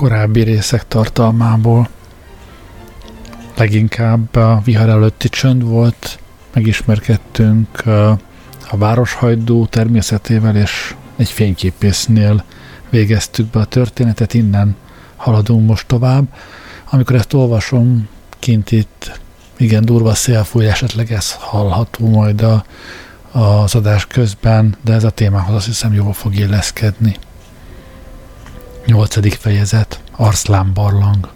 korábbi részek tartalmából. Leginkább a vihar előtti csönd volt, megismerkedtünk a városhajdú természetével, és egy fényképésznél végeztük be a történetet, innen haladunk most tovább. Amikor ezt olvasom, kint itt igen durva szél fúj, esetleg ez hallható majd az adás közben, de ez a témához azt hiszem jól fog illeszkedni. 8. fejezet, Arszlán barlang.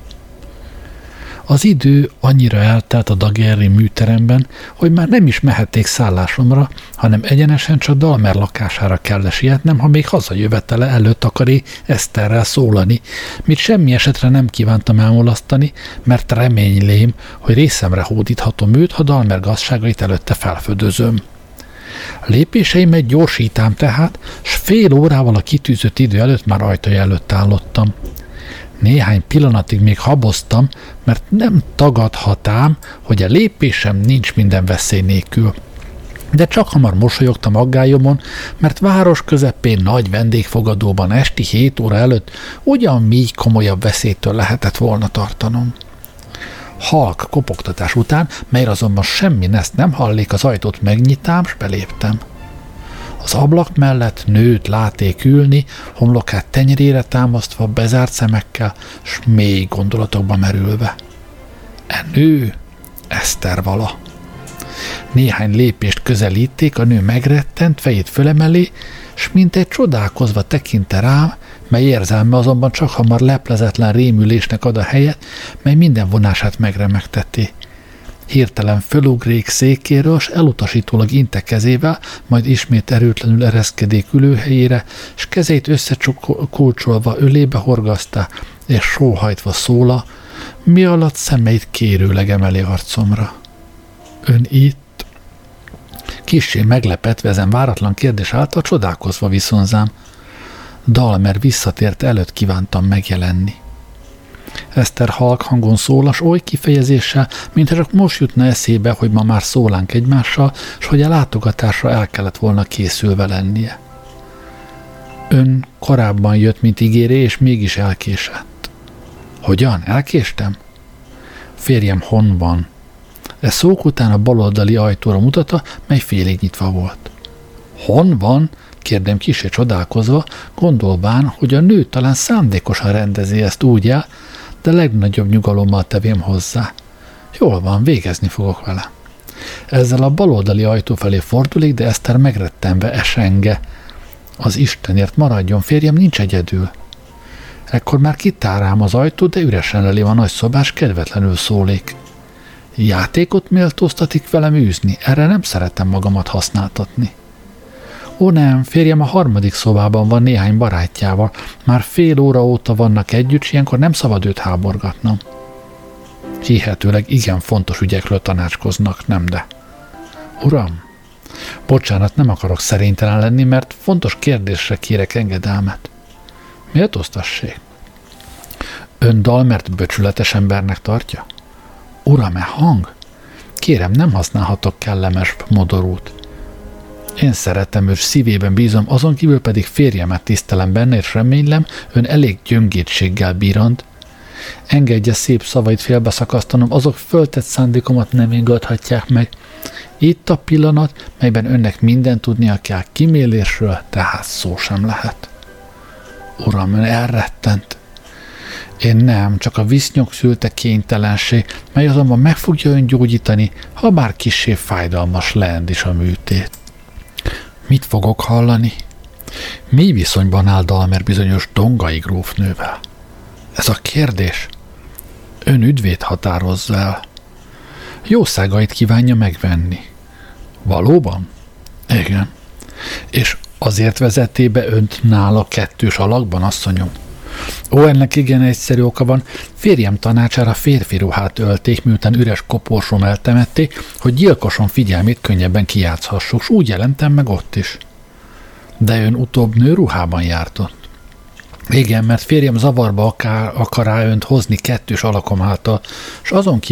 Az idő annyira eltelt a Daguerre műteremben, hogy már nem is mehették szállásomra, hanem egyenesen csak Dalmer lakására kell sietnem, ha még hazajövetele előtt akari Eszterrel szólani, mit semmi esetre nem kívántam elmulasztani, mert reménylém, hogy részemre hódíthatom őt, ha Dalmer gazságait előtte felfödözöm. Lépéseimet gyorsítám tehát, s fél órával a kitűzött idő előtt már ajtaja előtt állottam. Néhány pillanatig még haboztam, mert nem tagadhatám, hogy a lépésem nincs minden veszély nélkül. De csak hamar mosolyogtam aggályomon, mert város közepén nagy vendégfogadóban esti 7 óra előtt ugyan még komolyabb veszélytől lehetett volna tartanom. Halk kopogtatás után, melyre azonban semmi neszt nem hallék, az ajtót megnyitám, s beléptem. Az ablak mellett nőt láték ülni, homlokát tenyerére támasztva, bezárt szemekkel, s mély gondolatokba merülve. E nő Eszter vala. Néhány lépést közelíték, a nő megrettent, fejét fölemelé, s mintegy csodálkozva tekinte rám, mely érzelme azonban csak hamar leplezetlen rémülésnek ad a helyet, mely minden vonását megremegteti. Hirtelen fölugrék székéről, s elutasítólag inte kezével, majd ismét erőtlenül ereszkedék ülőhelyére, s kezét összekulcsolva ölébe horgasztá, és sóhajtva szóla, mi alatt szemeit kérőleg emeli arcomra. Ön itt? Kissé meglepetve ezen váratlan kérdés által csodálkozva viszonzám. Dalmer visszatért előtt kívántam megjelenni. Eszter halk hangon szólas, oly kifejezéssel, mintha csak most jutna eszébe, hogy ma már szólánk egymással, s hogy a látogatásra el kellett volna készülve lennie. Ön korábban jött, mint ígéré, és mégis elkésett. Hogyan? Elkéstem? Férjem hon van. E szók után a baloldali ajtóra mutatta, mely félig nyitva volt. Hon van? Kérdem kissé csodálkozva, gondolván, hogy a nő talán szándékosan rendezi ezt úgy el, de legnagyobb nyugalommal tevém hozzá. Jól van, végezni fogok vele. Ezzel a baloldali ajtó felé fordulik, de Eszter megrettenve esenge. Az Istenért maradjon, férjem nincs egyedül. Ekkor már kitárám az ajtót, de üresen elé a nagy szobás, kedvetlenül szólék. Játékot méltóztatik velem űzni, erre nem szeretem magamat használtatni. Ó nem, férjem a 3. szobában van néhány barátjával, már fél óra óta vannak együtt, s ilyenkor nem szabad őt háborgatnom. Hihetőleg igen fontos ügyekről tanácskoznak, nem de. Uram, bocsánat, nem akarok szerénytelen lenni, mert fontos kérdésre kérek engedelmet. Méltóztassék. Ön Dalmert becsületes embernek tartja? Uram, e hang? Kérem, nem használhatok kellemes modorút. Én szeretem őt, szívében bízom, azon kívül pedig férjemet tisztelem benne, és reménylem, ön elég gyöngétséggel bírant. Engedje szép szavait félbeszakasztanom, azok föltett szándékomat nem ingathatják meg. Itt a pillanat, melyben önnek mindent tudnia kell kimélésről, tehát szó sem lehet. Uram, ön elrettent. Én nem, csak a visznyok szülte kénytelenség, mely azonban meg fogja ön gyógyítani, ha bár kissé fájdalmas lend is a műtét. Mit fogok hallani? Mi viszonyban áll Dalmer bizonyos Dongai grófnővel? Ez a kérdés. Ön ügyvét határozza el. Jószágait kívánja megvenni. Valóban? Igen. És azért vezetté be önt nála 2 alakban, asszonyom? Ó, ennek igen egyszerű oka van. Férjem tanácsára férfi ruhát ölték, miután üres koporsom eltemették, hogy gyilkosom figyelmét könnyebben kijátszhassuk, s úgy jelentem meg ott is. De ön utóbb nőruhában jártott. Igen, mert férjem zavarba akará önt hozni 2 alakom által, s azon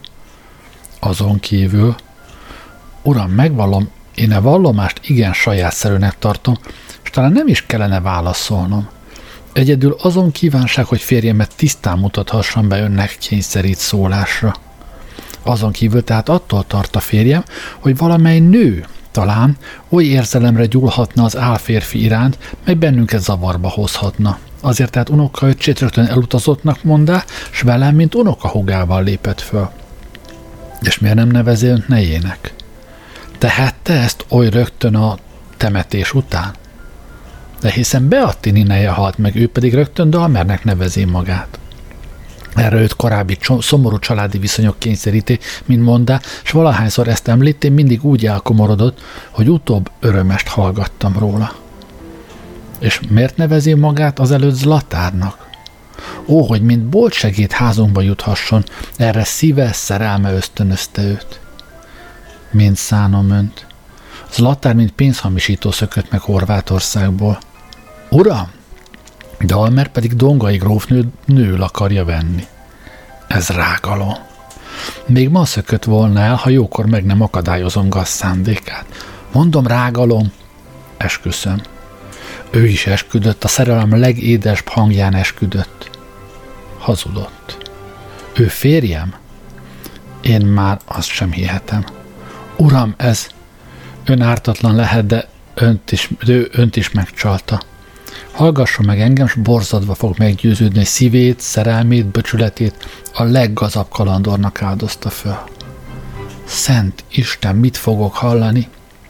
kívül, uram, megvallom, én a vallomást igen sajátszerűnek tartom, s talán nem is kellene válaszolnom. Egyedül azon kívánság, hogy férjemet tisztán mutathassam be önnek, kényszerít szólásra. Azon kívül tehát attól tart a férjem, hogy valamely nő talán oly érzelemre gyúlhatna az álférfi iránt, mely bennünket zavarba hozhatna. Azért tehát unokaöccsét rögtön elutazottnak mondá, s velem, mint unokahúgával lépett föl. És miért nem nevezi önt nejének? Tehette ezt oly rögtön a temetés után? De hiszen Beattini neje halt meg, ő pedig rögtön Dalmernek nevezi magát. Erre őt korábbi szomorú családi viszonyok kényszeríti, mint mondá, s valahányszor ezt említi, mindig úgy elkomorodott, hogy utóbb örömest hallgattam róla. És miért nevezi magát azelőtt Zlatárnak? Ó, hogy mint boltsegéd házunkba juthasson, erre szíve, szerelme ösztönözte őt. Mint szánom önt. Zlatár, mint pénzhamisító szökött meg Horvátországból. Uram! Dalmer pedig Dongai grófnőül akarja venni. Ez rágalom. Még ma szökött volna el, ha jókor meg nem akadályozom Gaz szándékát. Mondom, rágalom. Esküszöm. Ő is esküdött, a szerelem legédesbb hangján esküdött. Hazudott. Ő férjem? Én már azt sem hihetem. Uram, ez ön ártatlan lehet, de önt is megcsalta. Hallgasson meg engem, s borzadva fog meggyőződni, hogy szívét, szerelmét, böcsületét a leggazabb kalandornak áldozta föl. Szent Isten, mit fogok hallani?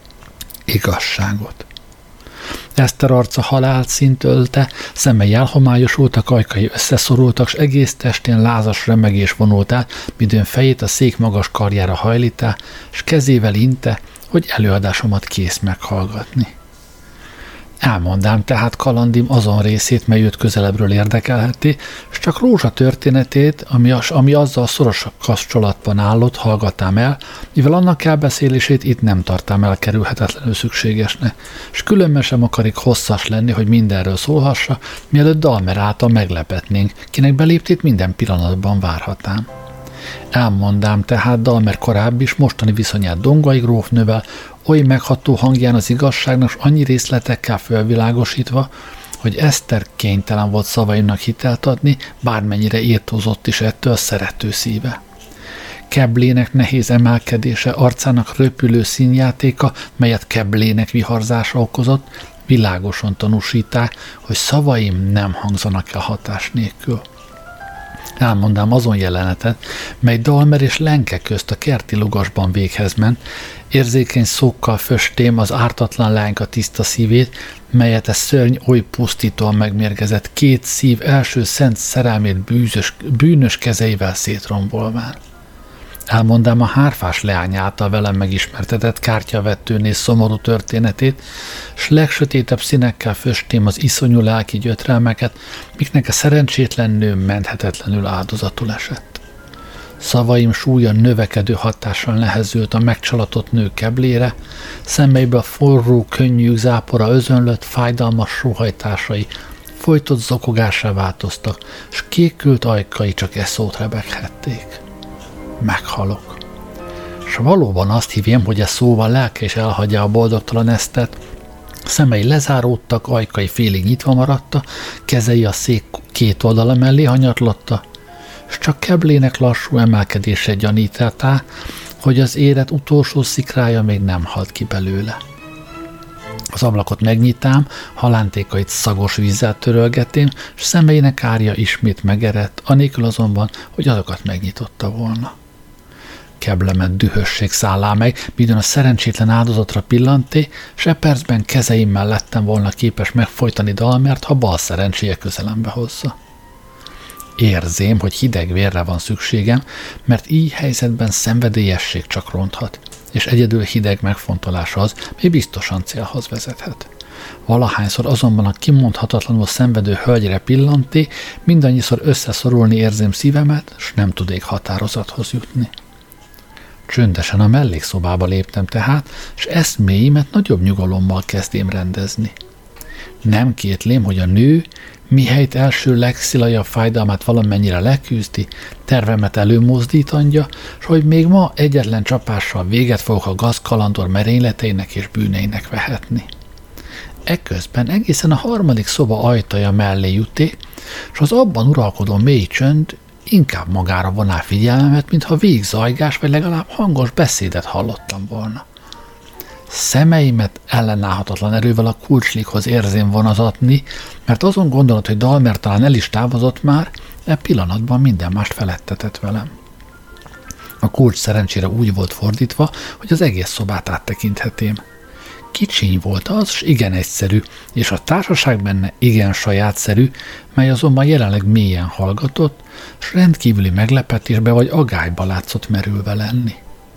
Igazságot. Eszter arca halált szint ölte, szemei elhomályosultak, ajkai összeszorultak, s egész testén lázas remegés vonult át, midőn fejét a szék magas karjára hajlítá, s kezével inte, hogy előadásomat kész meghallgatni. Elmondám tehát kalandim azon részét, mely őt közelebbről érdekelheti, s csak Rózsa történetét, ami azzal szoros kapcsolatban állott, hallgatám el, mivel annak elbeszélését itt nem tartám elkerülhetetlenül szükségesnek, s különben sem akarik hosszas lenni, hogy mindenről szólhassa, mielőtt Dalmer által meglepetnénk, kinek beléptét minden pillanatban várhatám. Elmondám tehát Dalmer korábbi is mostani viszonyát Dongai grófnővel, oly megható hangján az igazságnak, s annyi részletekkel fölvilágosítva, hogy Eszter kénytelen volt szavaimnak hitelt adni, bármennyire írtózott is ettől szerető szíve. Keblének nehéz emelkedése, arcának röpülő színjátéka, melyet Keblének viharzása okozott, világosan tanúsítják, hogy szavaim nem hangzanak el hatás nélkül. Elmondám azon jelenetet, mely Dalmer és Lenke közt a kerti lugasban véghez ment, érzékeny szókkal föstém az ártatlan lányka tiszta szívét, melyet a szörny oly pusztítóan megmérgezett, két szív első szent szerelmét bűnös kezeivel szétrombolván. Elmondám a hárfás leány által velem megismertetett kártyavettőnél szomorú történetét, s legsötétebb színekkel föstém az iszonyú lelki gyötrelmeket, miknek a szerencsétlen nő menthetetlenül áldozatul esett. Szavaim súlya növekedő hatással nehezült a megcsalatott nő keblére, szemeibe a forró, könnyű zápora özönlött, fájdalmas sóhajtásai folytott zokogásra változtak, s kékült ajkai csak szót rebeghették. Meghalok. S valóban azt hívjem, hogy szóval lelke is elhagyja a boldogtalan Esztert, szemei lezáródtak, ajkai félig nyitva maradta, kezei a szék két oldala mellé hanyatlotta, s csak Keblének lassú emelkedése gyanították, hogy az élet utolsó szikrája még nem halt ki belőle. Az ablakot megnyitám, halántékait szagos vízzel törölgetém, s szemeinek árja ismét megerett, anélkül azonban, hogy azokat megnyitotta volna. Keblemet dühösség szállá meg, midőn a szerencsétlen áldozatra pillanté, s e percben kezeimmel lettem volna képes megfojtani Dalmert, ha bal szerencséje közelembe hozza. Érzém, hogy hideg vérre van szükségem, mert így helyzetben szenvedélyesség csak ronthat, és egyedül hideg megfontolás az, mely biztosan célhoz vezethet. Valahányszor azonban a kimondhatatlanul szenvedő hölgyre pillanté, mindannyiszor összeszorulni érzém szívemet, s nem tudék határozathoz jutni. Csöndesen a mellékszobába léptem tehát, s eszméimet nagyobb nyugalommal kezdém rendezni. Nem kétlém, hogy a nő, mihelyt első legszilajabb fájdalmát valamennyire leküzdi, tervemet előmozdítandja, s hogy még ma egyetlen csapással véget fogok a gazkalandor merényleteinek és bűneinek vehetni. Ekközben egészen a harmadik szoba ajtaja mellé juté, és az abban uralkodó mély csönd inkább magára vonál figyelmemet, mintha végzajgás vagy legalább hangos beszédet hallottam volna. Szemeimet ellenállhatatlan erővel a kulcslikhoz érzém vonazatni, mert azon gondolat, hogy Dalmer talán el is távozott már, e pillanatban minden mást felettetett velem. A kulcs szerencsére úgy volt fordítva, hogy az egész szobát áttekinthetém. Kicsiny volt az, s igen egyszerű, és a társaság benne igen sajátszerű, mely azonban jelenleg mélyen hallgatott, s rendkívüli meglepetésbe vagy agályba látszott merülve lenni.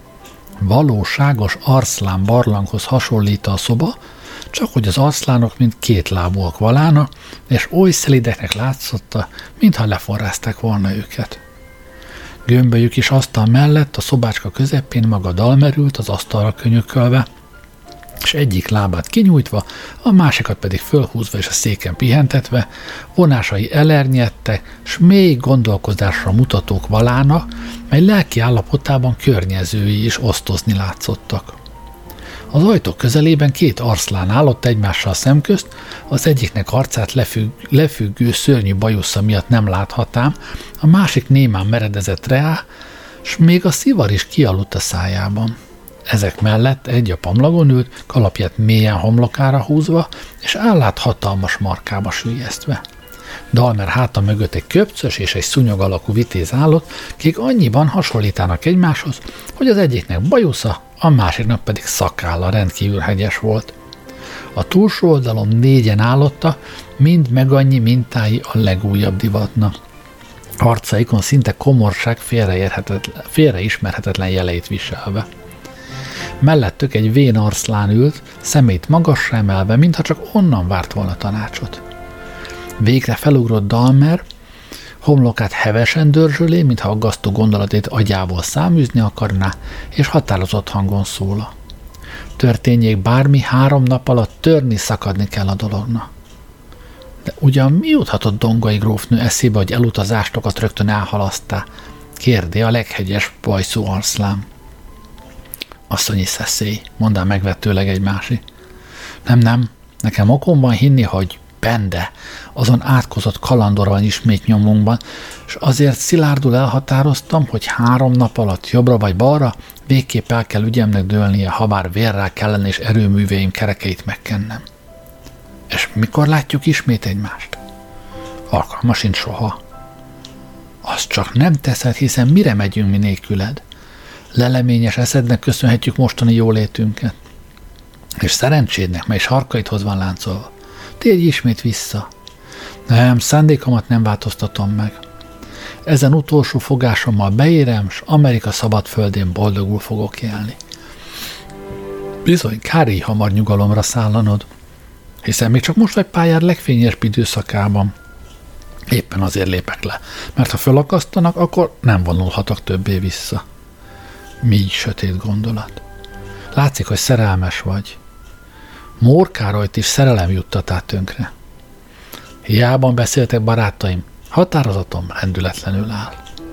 Valóságos arszlán barlanghoz hasonlít a szoba, csak hogy az arszlánok mint kétlábúak valána, és oly szelideknek látszotta, mintha leforrázták volna őket. Gömbölyük is asztal mellett, a szobácska közepén maga Dalmer ült az asztalra könyökölve, és egyik lábát kinyújtva, a másikat pedig fölhúzva és a széken pihentetve, vonásai elernyedtek, s mély gondolkozásra mutatók valának, mely lelki állapotában környezői is osztozni látszottak. Az ajtó közelében két arszlán állott egymással szemközt, az egyiknek arcát lefüggő szörnyű bajusza miatt nem láthatám, a másik némán meredezett rá, s még a szivar is kialudt a szájában. Ezek mellett egy a pamlagon ült, kalapját mélyen homlokára húzva, és állát hatalmas markába süllyesztve. Dalmer háta mögött egy köpcös és egy szúnyog alakú vitéz állott, kik annyiban hasonlítanak egymáshoz, hogy az egyiknek bajusza, a másiknak pedig szakálla rendkívül hegyes volt. A túlsó oldalon 4-en állotta, mind megannyi mintái a legújabb divatna. Arcaikon szinte komorság félreismerhetetlen jeleit viselve. Mellettük egy vén arszlán ült, szemét magasra emelve, mintha csak onnan várt volna tanácsot. Végre felugrott Dalmer, homlokát hevesen dörzsölé, mintha aggasztó gondolatét agyából száműzni akarná, és határozott hangon szóla. Történjék bármi, 3 nap alatt törni, szakadni kell a dolognak. De ugyan mi juthatott Dongai grófnő eszébe, hogy elutazástokat rögtön elhalasztá? Kérdé a leghegyes bajszú arszlán. Asszonyi szeszély, mondá megvetőleg egy másik. Nem, nekem okom van hinni, hogy bende, azon átkozott kalandor van ismét nyomunkban, és azért szilárdul elhatároztam, hogy 3 nap alatt jobbra vagy balra végképp el kell ügyemnek dőlnie, ha bár vérrel kellene és erőműveim kerekeit megkennem. És mikor látjuk ismét egymást? Alkalma sincs soha. Azt csak nem teszed, hiszen mire megyünk mi nélküled? Leleményes eszednek köszönhetjük mostani jólétünket. És szerencsédnek, mely sarkaidhoz van láncolva. Térj ismét vissza. Nem, szándékomat nem változtatom meg. Ezen utolsó fogásommal beérem, s Amerika szabad földén boldogul fogok élni. Bizony, kár így hamar nyugalomra szállanod, hiszen még csak most vagy pályád legfényesebb időszakában. Éppen azért lépek le, mert ha fölakasztanak, akkor nem vonulhatok többé vissza. Mi sötét gondolat. Látszik, hogy szerelmes vagy. Mór Károlyt is szerelem juttatát tönkre. Hiában beszéltek, barátaim, határozatom rendületlenül áll.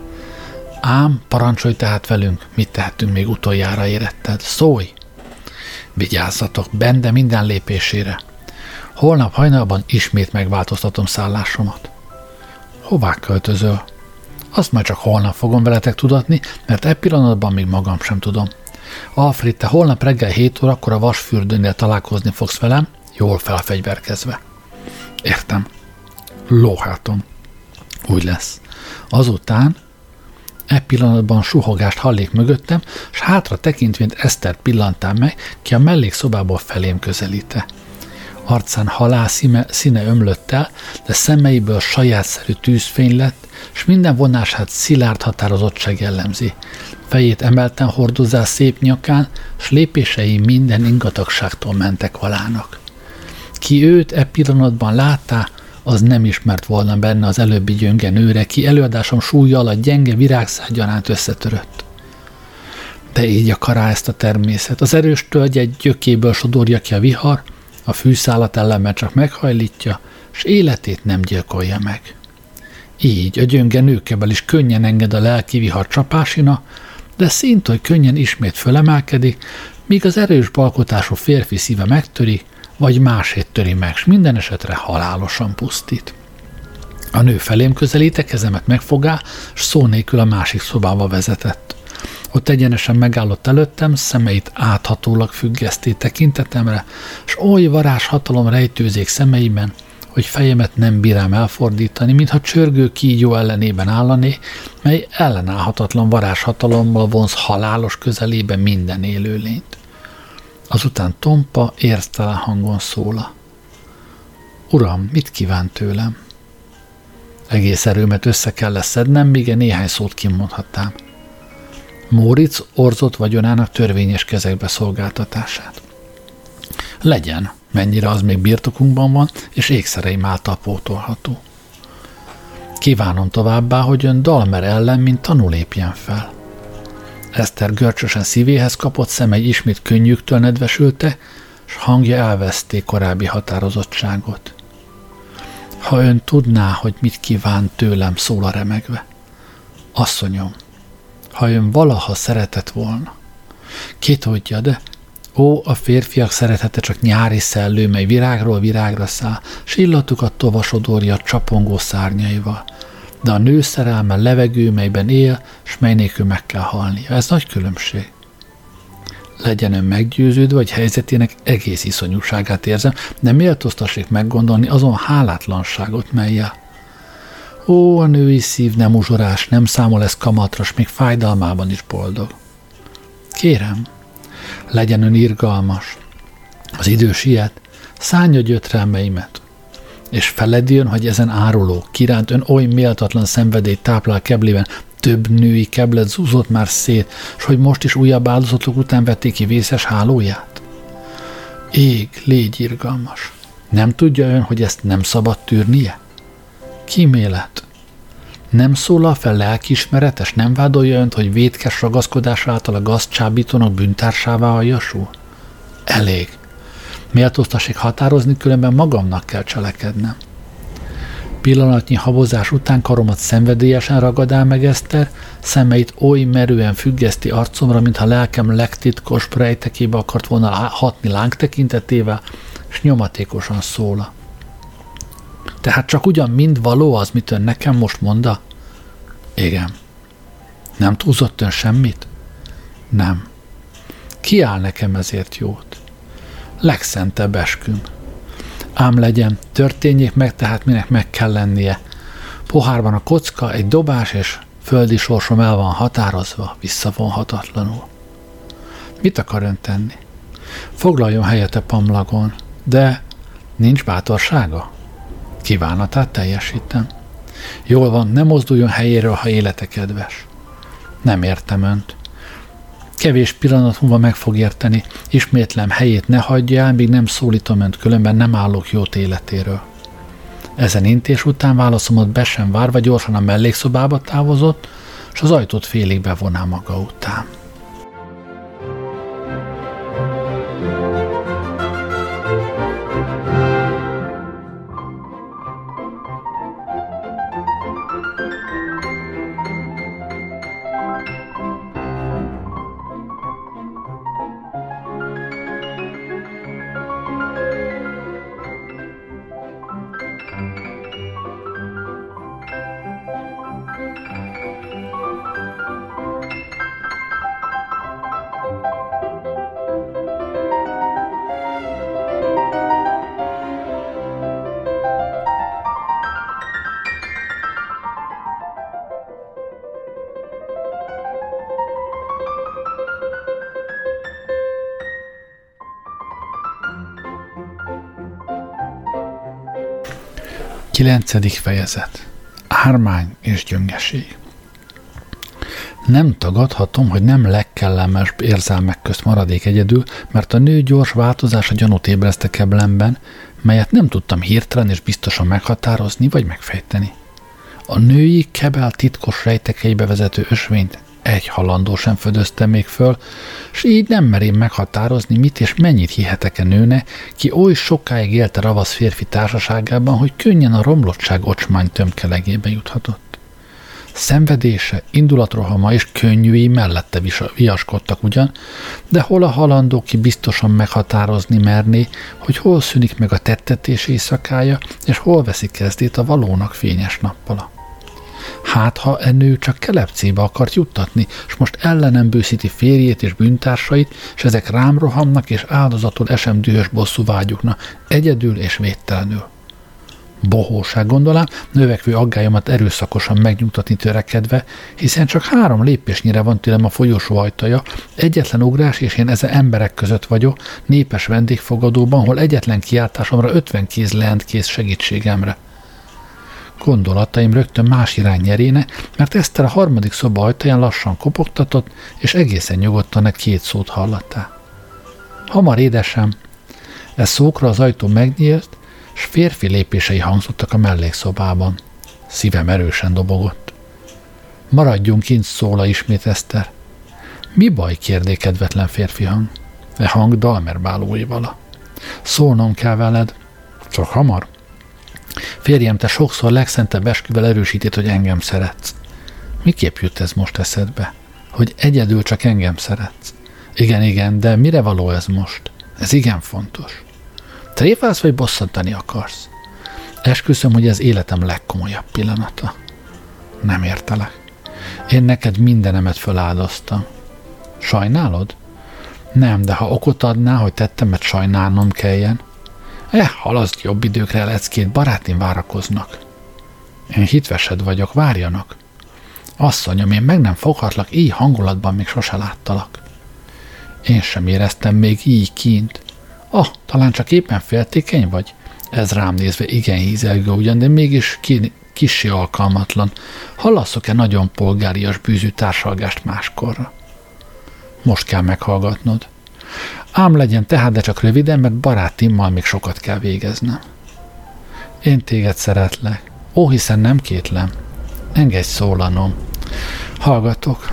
Ám, parancsolj tehát velünk, mit tehetünk még utoljára éretted. Szólj! Vigyázzatok, bende minden lépésére. Holnap hajnalban ismét megváltoztatom szállásomat. Hová költözöl? Azt majd csak holnap fogom veletek tudatni, mert e pillanatban még magam sem tudom. Alfred, te holnap reggel 7 órakor a vasfürdőnél találkozni fogsz velem, jól felfegyverkezve. Értem. Lóhátom. Úgy lesz. Azután e pillanatban suhogást hallék mögöttem, s hátra tekintvén Esztert pillantám meg, ki a mellékszobából felém közelíte. Arcán halál színe ömlött el, de szemeiből sajátszerű tűzfény lett, s minden vonását szilárd határozottság jellemzi. Fejét emelten hordozá szép nyakán, s lépései minden ingatagságtól mentek valának. Ki őt e pillanatban láttá, az nem ismert volna benne az előbbi gyönge nőre, ki előadásom súlya alatt gyenge virágszárgyanánt összetörött. De így akará ezt a természet. Az erős tölgyet gyökéből sodorja ki a vihar, a fűszálat ellenben csak meghajlítja, s életét nem gyilkolja meg. Így a gyönge nőkebel is könnyen enged a lelki vihar csapásina, de szint, hogy könnyen ismét fölemelkedik, míg az erős balkotású férfi szíve megtöri, vagy másét töri meg, s minden esetre halálosan pusztít. A nő felém közelíte, kezemet megfogá, s szó nélkül a másik szobába vezetett. Ott egyenesen megállott előttem, szemeit áthatólag függeszté tekintetemre, s oly varázshatalom rejtőzik szemeiben, hogy fejemet nem bírám elfordítani, mintha csörgő kígyó ellenében állané, mely ellenállhatatlan varázshatalommal vonz halálos közelébe minden élőlényt. Azután tompa, érztelen hangon szóla. Uram, mit kíván tőlem? Egész erőmet össze kellett szednem, míg néhány szót kimondhattam. Móricz orzott vagyonának törvényes kezekbe szolgáltatását. Legyen, mennyire az még birtokunkban van, és ékszereim által pótolható. Kívánom továbbá, hogy ön Dalmer ellen, mint tanú lépjen fel. Eszter görcsösen szívéhez kapott, szemei ismét könnyűktől nedvesülte, s hangja elveszté korábbi határozottságot. Ha ön tudná, hogy mit kíván tőlem, szól a remegve. Asszonyom, ha ön valaha szeretett volna. Ki tudja, de a férfiak szeretete csak nyári szellő, mely virágról virágra száll, s illatukat tovasodorja csapongó szárnyaival. De a nő szerelme levegő, melyben él, s mely nélkül meg kell halnia. Ez nagy különbség. Legyen ön meggyőződve, hogy helyzetének egész iszonyúságát érzem, de méltóztassék meggondolni azon hálátlanságot, mellyel. A női szív nem uzsorás, nem számol ez kamatra, s még fájdalmában is boldog. Kérem, legyen ön irgalmas. Az idő siet, szánja gyötrelmeimet, és feledjön, hogy ezen áruló kiránt ön oly méltatlan szenvedélyt táplál keblében, több női keblet zúzott már szét, s hogy most is újabb áldozatok után vették ki vészes hálóját? Ég, légy irgalmas. Nem tudja ön, hogy ezt nem szabad tűrnie? Kímélet. Nem szólal fel lelkiismeretes, nem vádolja önt, hogy vétkes ragaszkodás által a gazcsábítónak bűntársává aljasul? Elég. Méltóztassék határozni, különben magamnak kell cselekednem. Pillanatnyi habozás után karomat szenvedélyesen ragadál meg Eszter, szemeit oly merően függeszti arcomra, mintha lelkem legtitkos rejtekébe akart volna hatni láng tekintetével, s nyomatékosan szóla. Tehát csak ugyan mind való az, mit ön nekem most monda? Igen. Nem túlzott ön semmit? Nem. Ki áll nekem ezért jót? Legszentebb esküm. Ám legyen, történjék meg, tehát minek meg kell lennie. Pohárban a kocka, egy dobás, és földi sorsom el van határozva, visszavonhatatlanul. Mit akar ön tenni? Foglaljon helyet a pamlagon, de nincs bátorsága? Kívánatát teljesítem. Jól van, ne mozduljon helyéről, ha élete kedves. Nem értem önt. Kevés pillanat múlva meg fog érteni, ismétlem, helyét ne hagyja el, míg nem szólítom önt, különben nem állok jót életéről. Ezen intés után válaszomat be sem várva gyorsan a mellékszobába távozott, s az ajtót félig bevoná maga után. Kilencedik fejezet. Ármány és gyöngeség. Nem tagadhatom, hogy nem legkellemesebb érzelmek közt maradék egyedül, mert a nő gyors változása gyanút ébreszte keblemben, melyet nem tudtam hirtelen és biztosan meghatározni vagy megfejteni. A női kebel titkos rejtekeibe vezető ösvényt egy halandó sem födözte még föl, s így nem merém meghatározni, mit és mennyit hihetek-e nőne, ki oly sokáig élte ravasz férfi társaságában, hogy könnyen a romlottság ocsmány tömkelegébe juthatott. Szenvedése, indulatrohama és könnyűi mellette viaskodtak ugyan, de hol a halandó, ki biztosan meghatározni merné, hogy hol szűnik meg a tettetés éjszakája, és hol veszi kezdét a valónak fényes nappala. Hát, ha ennő csak kelepcébe akart juttatni, és most ellenem bőszíti férjét és bűntársait, és ezek rám rohamnak, és áldozatul esem dühös bosszú vágyukna, egyedül és védtelenül. Bohóság, gondolám, növekvő aggályomat erőszakosan megnyugtatni törekedve, hiszen csak 3 lépésnyire van tőlem a folyosó ajtaja, egyetlen ugrás, és én ezen emberek között vagyok, népes vendégfogadóban, hol egyetlen kiáltásomra 50 kéz lent kész segítségemre. Gondolataim rögtön más irány nyeréne, mert Eszter a 3. szoba ajtaján lassan kopogtatott, és egészen nyugodtan 2 szót hallattál. Hamar, édesem! Ez szókra az ajtó megnyílt, s férfi lépései hangzottak a mellékszobában. Szívem erősen dobogott. Maradjunk kint, szóla ismét Eszter. Mi baj, kérdé kedvetlen férfi hang? E hang dalmerbálóivala. Szólnom kell veled. Csak hamar? Férjem, te sokszor legszentebb esküvel erősítét, hogy engem szeretsz. Miképp jut ez most eszedbe? Hogy egyedül csak engem szeretsz. Igen, de mire való ez most? Ez igen fontos. Tréfálsz vagy bosszantani akarsz? Esküszöm, hogy ez életem legkomolyabb pillanata. Nem értelek. Én neked mindenemet föláldoztam. Sajnálod? Nem, de ha okot adná, hogy tettemet sajnálnom kelljen. Halaszd jobb időkre, leckét, barátim várakoznak. Én hitvesed vagyok, várjanak. Asszonyom, én meg nem foghatlak, így hangulatban még sose láttalak. Én sem éreztem még így kint. Talán csak éppen féltékeny vagy? Ez rám nézve igen hízelgő ugyan, de mégis kissé alkalmatlan. Hallaszok-e nagyon polgárias bűzű társalgást máskorra? Most kell meghallgatnod. Ám legyen tehát, de csak röviden, mert barátimmal még sokat kell végeznem. Én téged szeretlek. Hiszen nem kétlem. Engedj szólanom. Hallgatok.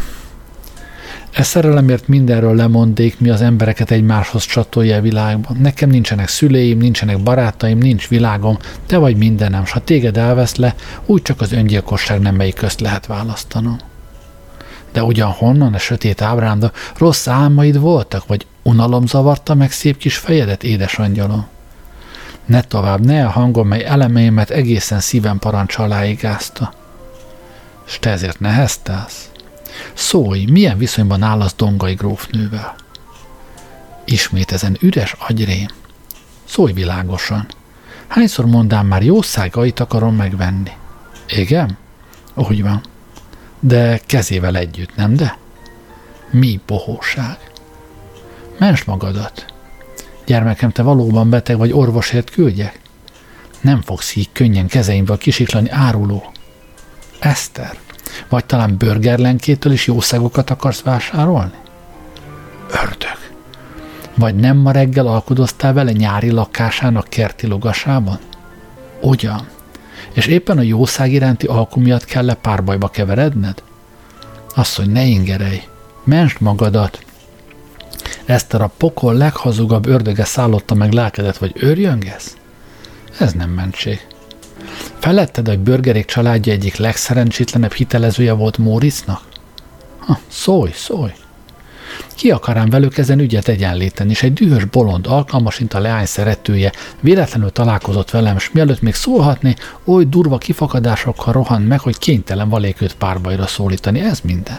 E szerelemért mindenről lemondék, mi az embereket egymáshoz csatolja a világban. Nekem nincsenek szüleim, nincsenek barátaim, nincs világom, te vagy mindenem, s ha téged elvesz le, úgy csak az öngyilkosság nem melyik közt lehet választanom. De ugyan honnan a sötét ábránda, rossz álmaid voltak, vagy unalom zavarta meg szép kis fejedet, édes angyalom? Ne tovább, ne a hangom, mely elemeimet egészen szívem parancs alá igázta. S te ezért neheztelsz? Szólj, milyen viszonyban állasz Dongai grófnővel? Ismét ezen üres agyrém. Szólj világosan. Hányszor mondám már, jószágait akarom megvenni? Igen? Úgy van. De kezével együtt, nem de? Mi bohóság? Ments magadat. Gyermekem, te valóban beteg vagy, orvosért küldjek? Nem fogsz így könnyen kezeimből kisiklani, áruló. Eszter, vagy talán burgerlenkétől is jószágokat akarsz vásárolni? Ördög. Vagy nem ma reggel alkudoztál vele nyári lakásának kerti logasában? Ugyan. És éppen a jószág iránti alku miatt kell párbajba keveredned? Asszony, ne ingerelj. Mensd magadat. Eszter, a pokol leghazugabb ördöge szállotta meg lelkedet, vagy őrjöngesz? Ez nem mentség. Feletted, hogy Burgerék családja egyik legszerencsétlenebb hitelezője volt Móricnak? Szólj. Ki akarám velük ezen ügyet egyenlíteni, és egy dühös bolond, alkalmas, mint a leány szeretője, véletlenül találkozott velem, s mielőtt még szólhatné, oly durva kifakadásokkal rohant meg, hogy kénytelen valék őt párbajra szólítani. Ez minden.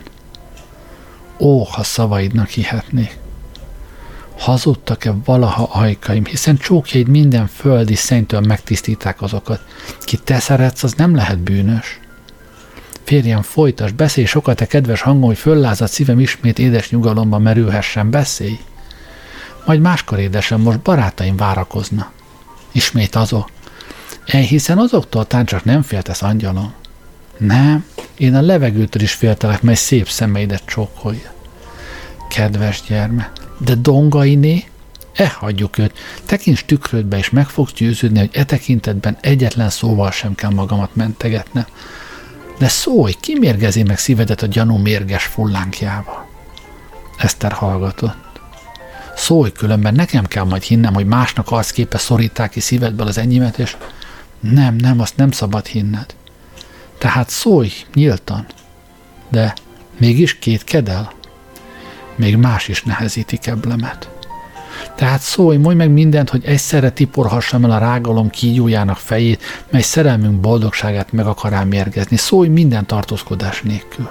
Ha szavaidnak hihetnék. Hazudtak-e valaha ajkaim, hiszen csókjaid minden földi szentől megtisztíták azokat. Ki te szeretsz, az nem lehet bűnös. Férjem, folytasd, beszélj sokat, te kedves hangom, hogy föllázadt szívem ismét édes nyugalomba merülhessen, beszélj. Majd máskor, édesem, most barátaim várakozna. Ismét azok. Hiszen azoktól tán csak nem féltesz, angyalom. Nem, én a levegőtől is féltelek, mely szép szemeidet csókolja. Kedves gyerme, de Dongainé? Hagyjuk őt, tekints tükrödbe, és meg fogsz győződni, hogy e tekintetben egyetlen szóval sem kell magamat mentegetnem. De szólj, ki mérgezi meg szívedet a gyanú mérges fullánkjával? Eszter hallgatott. Szólj, különben nekem kell majd hinnem, hogy másnak arcképe szorítál ki szívedből az enyémet, és nem, azt nem szabad hinned. Tehát szólj nyíltan, de mégis kétked el? Még más is nehezíti keblemet. Tehát szólj, mondj meg mindent, hogy egyszerre tiporhassam el a rágalom kígyójának fejét, mely szerelmünk boldogságát meg akarám mérgezni. Szólj minden tartózkodás nélkül.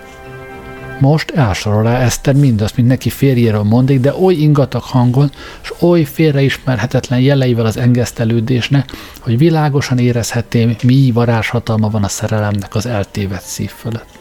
Most elsorolá Eszter mindazt, mint neki férjéről mondik, de oly ingatag hangon, s oly félreismerhetetlen jeleivel az engesztelődésnek, hogy világosan érezhetném, mi varázshatalma van a szerelemnek az eltévedt szív fölött.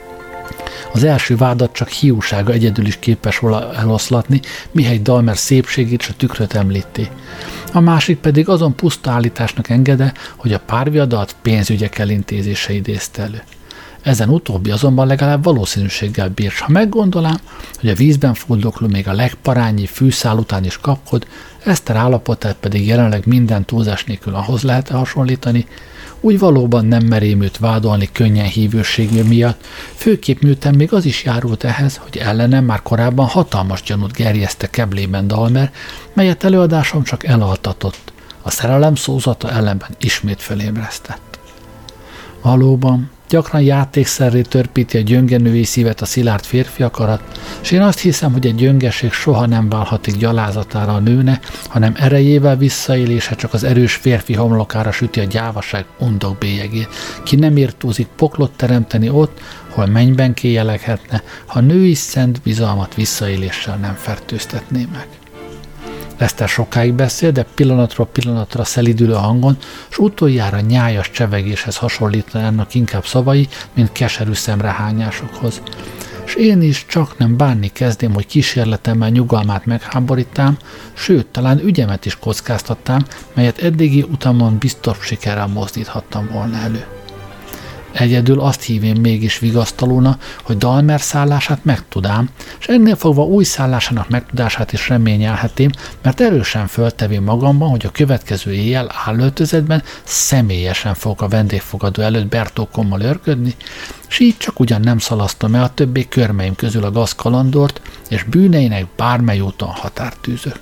Az első vádat csak hiúsága egyedül is képes volna eloszlatni, mihely Dalmer szépségét és a tükröt említi. A másik pedig azon puszta állításnak engede, hogy a párviadalt pénzügyek elintézése idézte elő. Ezen utóbbi azonban legalább valószínűséggel bír, ha meggondolám, hogy a vízben fuldokló még a legparányi fűszál után is kapkod, Eszter állapotát pedig jelenleg minden túlzás nélkül ahhoz lehet hasonlítani, úgy valóban nem merém őt vádolni könnyen hívőség miatt, főképp miután még az is járult ehhez, hogy ellenem már korábban hatalmas gyanút gerjeszte keblében Dalmer, melyet előadásom csak elaltatott. A szerelem szózata ellenben ismét felébresztett. Valóban, gyakran játékszerré törpíti a gyönge női szívet a szilárd férfi akarat, és én azt hiszem, hogy egy gyöngeség soha nem válhatik gyalázatára a nőne, hanem erejével visszaélése csak az erős férfi homlokára süti a gyávaság undok bélyegét, ki nem irtózik poklot teremteni ott, hol mennyben kéjeleghetne, ha női szent bizalmat visszaéléssel nem fertőztetné meg. Eszter sokáig beszél, de pillanatról pillanatra szelidülő hangon, s utoljára nyájas csevegéshez hasonlítanának inkább szavai, mint keserű szemrehányásokhoz. És én is csak nem bánni kezdém, hogy kísérletemmel nyugalmát megháborítám, sőt, talán ügyemet is kockáztattam, melyet eddigi utamon biztos sikerrel mozdíthattam volna elő. Egyedül azt hívém mégis vigasztalóna, hogy Dalmer szállását megtudám, és ennél fogva új szállásának megtudását is reményelhetém, mert erősen föltevém magamban, hogy a következő éjjel állöltözetben személyesen fogok a vendégfogadó előtt Bertókommal örködni, és így csak ugyan nem szalasztom el a többé körmeim közül a gazkalandort, és bűneinek bármely úton határt tűzök.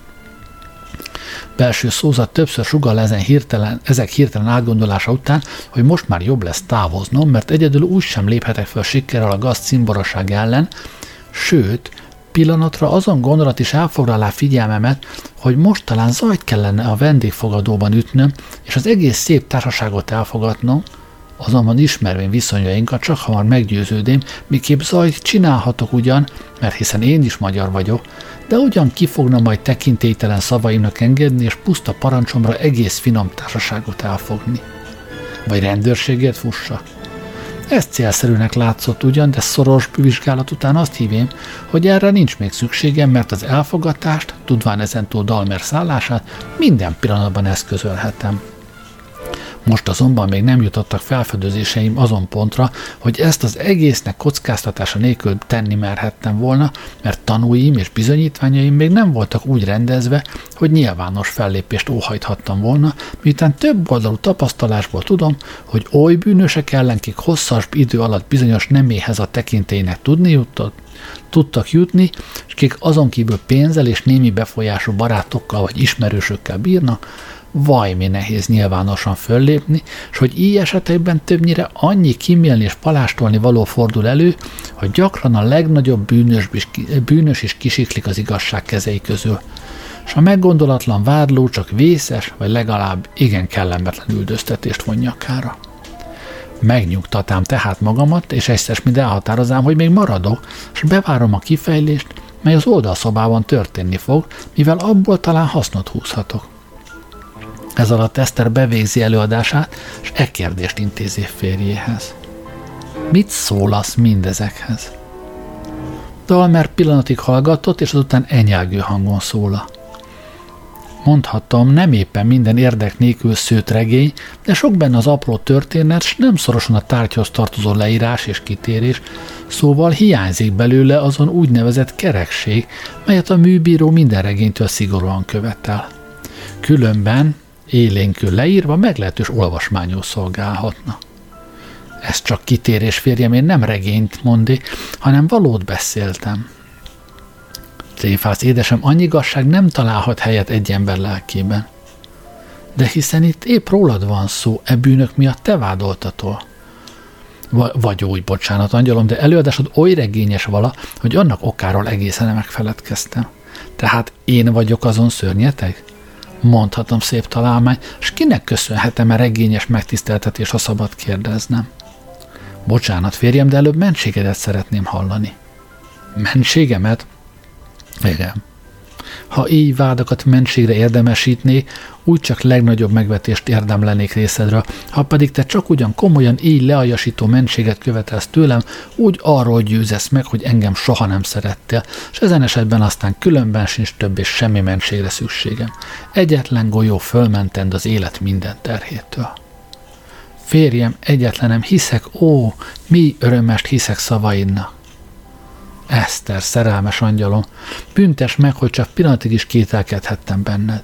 Belső szózat többször sugall ezek hirtelen átgondolása után, hogy most már jobb lesz távoznom, mert egyedül úgy sem léphetek fel sikerrel a gazd cimboraság ellen, sőt, pillanatra azon gondolat is elfoglalá figyelmemet, hogy most talán zajt kellene a vendégfogadóban ütnöm, és az egész szép társaságot elfogadnom, azonban ismervén viszonyainkat csak hamar meggyőződém, miképp zajt csinálhatok ugyan, mert hiszen én is magyar vagyok, de ugyan ki fogna majd tekintélytelen szavaimnak engedni, és puszta parancsomra egész finom társaságot elfogni. Vagy rendőrségért fussa. Ez célszerűnek látszott ugyan, de szoros vizsgálat után azt hívém, hogy erre nincs még szükségem, mert az elfogatást, tudván ezentúl Dalmer szállását, minden pillanatban eszközölhetem. Most azonban még nem jutottak felfedezéseim azon pontra, hogy ezt az egésznek kockáztatása nélkül tenni merhettem volna, mert tanúim és bizonyítványaim még nem voltak úgy rendezve, hogy nyilvános fellépést óhajthattam volna, miután több oldalú tapasztalásból tudom, hogy oly bűnösek ellen, kik hosszas idő alatt bizonyos neméhez a tekintélynek tudtak jutni, és kik azon kívül pénzzel és némi befolyású barátokkal vagy ismerősökkel bírnak, vajmi nehéz nyilvánosan föllépni, és hogy így esetekben többnyire annyi kimélni és palástolni való fordul elő, hogy gyakran a legnagyobb bűnös is kisiklik az igazság kezei közül, és a meggondolatlan vádló csak vészes, vagy legalább igen kellemetlen üldöztetést von nyakára. Megnyugtatám tehát magamat, és egyszer mind elhatározám, hogy még maradok, és bevárom a kifejlést, mely az oldalszobában történni fog, mivel abból talán hasznot húzhatok. Ez alatt Eszter bevégzi előadását, és e kérdést intézi férjéhez. Mit szólasz mindezekhez? Dalmer pillanatig hallgatott, és azután enyelgő hangon szólal. Mondhatom, nem éppen minden érdek nélkül szőtt regény, de sok benne az apró történet, s nem szorosan a tárgyhoz tartozó leírás és kitérés, szóval hiányzik belőle azon úgynevezett kerekség, melyet a műbíró minden regénytől szigorúan követel. Különben élénkül leírva meglehetős olvasmányul szolgálhatna. Ez csak kitérés, férjem, én nem regényt mondi, hanem valót beszéltem. Tréfász édesem, annyi igazság nem találhat helyet egy ember lelkében. De hiszen itt épp rólad van szó, e bűnök miatt te vádoltatol. Vagy úgy, bocsánat, angyalom, de előadásod oly regényes vala, hogy annak okáról egészen megfeledkeztem. Tehát én vagyok azon szörnyeteg? Mondhatom, szép találmány, s kinek köszönhetem-e regényes megtiszteltetés, ha szabad kérdeznem? Bocsánat, férjem, de előbb mentségedet szeretném hallani. Mentségemet? Igen. Ha így vádakat mentségre érdemesítné, úgy csak legnagyobb megvetést érdemlenék részedről, ha pedig te csak ugyan komolyan így lealjasító mentséget követelsz tőlem, úgy arról győzesz meg, hogy engem soha nem szerettél, és ezen esetben aztán különben sincs többé semmi mentségre szükségem. Egyetlen golyó fölmentend az élet minden terhétől. Férjem, egyetlenem, hiszek, ó, mi örömest hiszek szavaidnak. Eszter, szerelmes angyalom, büntes meg, hogy csak pillanatig is kételkedhettem benned.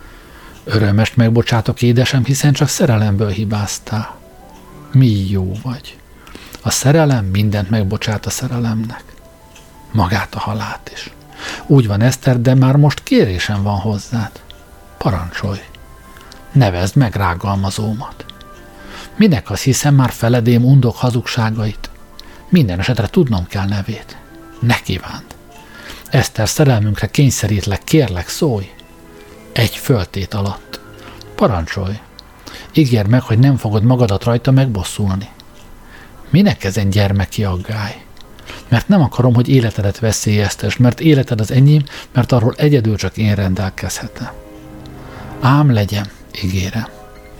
Örömest megbocsátok, édesem, hiszen csak szerelemből hibáztál. Mi jó vagy. A szerelem mindent megbocsát a szerelemnek. Magát a halált is. Úgy van, Eszter, de már most kérésem van hozzád. Parancsolj. Nevezd meg rágalmazómat. Minek az, hiszen már feledém undok hazugságait. Minden esetre tudnom kell nevét. Ne kívánd. Eszter, szerelmünkre kényszerítlek, kérlek, szólj. Egy föltét alatt. Parancsolj. Ígérd meg, hogy nem fogod magadat rajta megbosszulni. Minek ezen gyermeki aggály? Mert nem akarom, hogy életedet veszélyeztess, mert életed az enyém, mert arról egyedül csak én rendelkezhetem. Ám legyen, ígérem.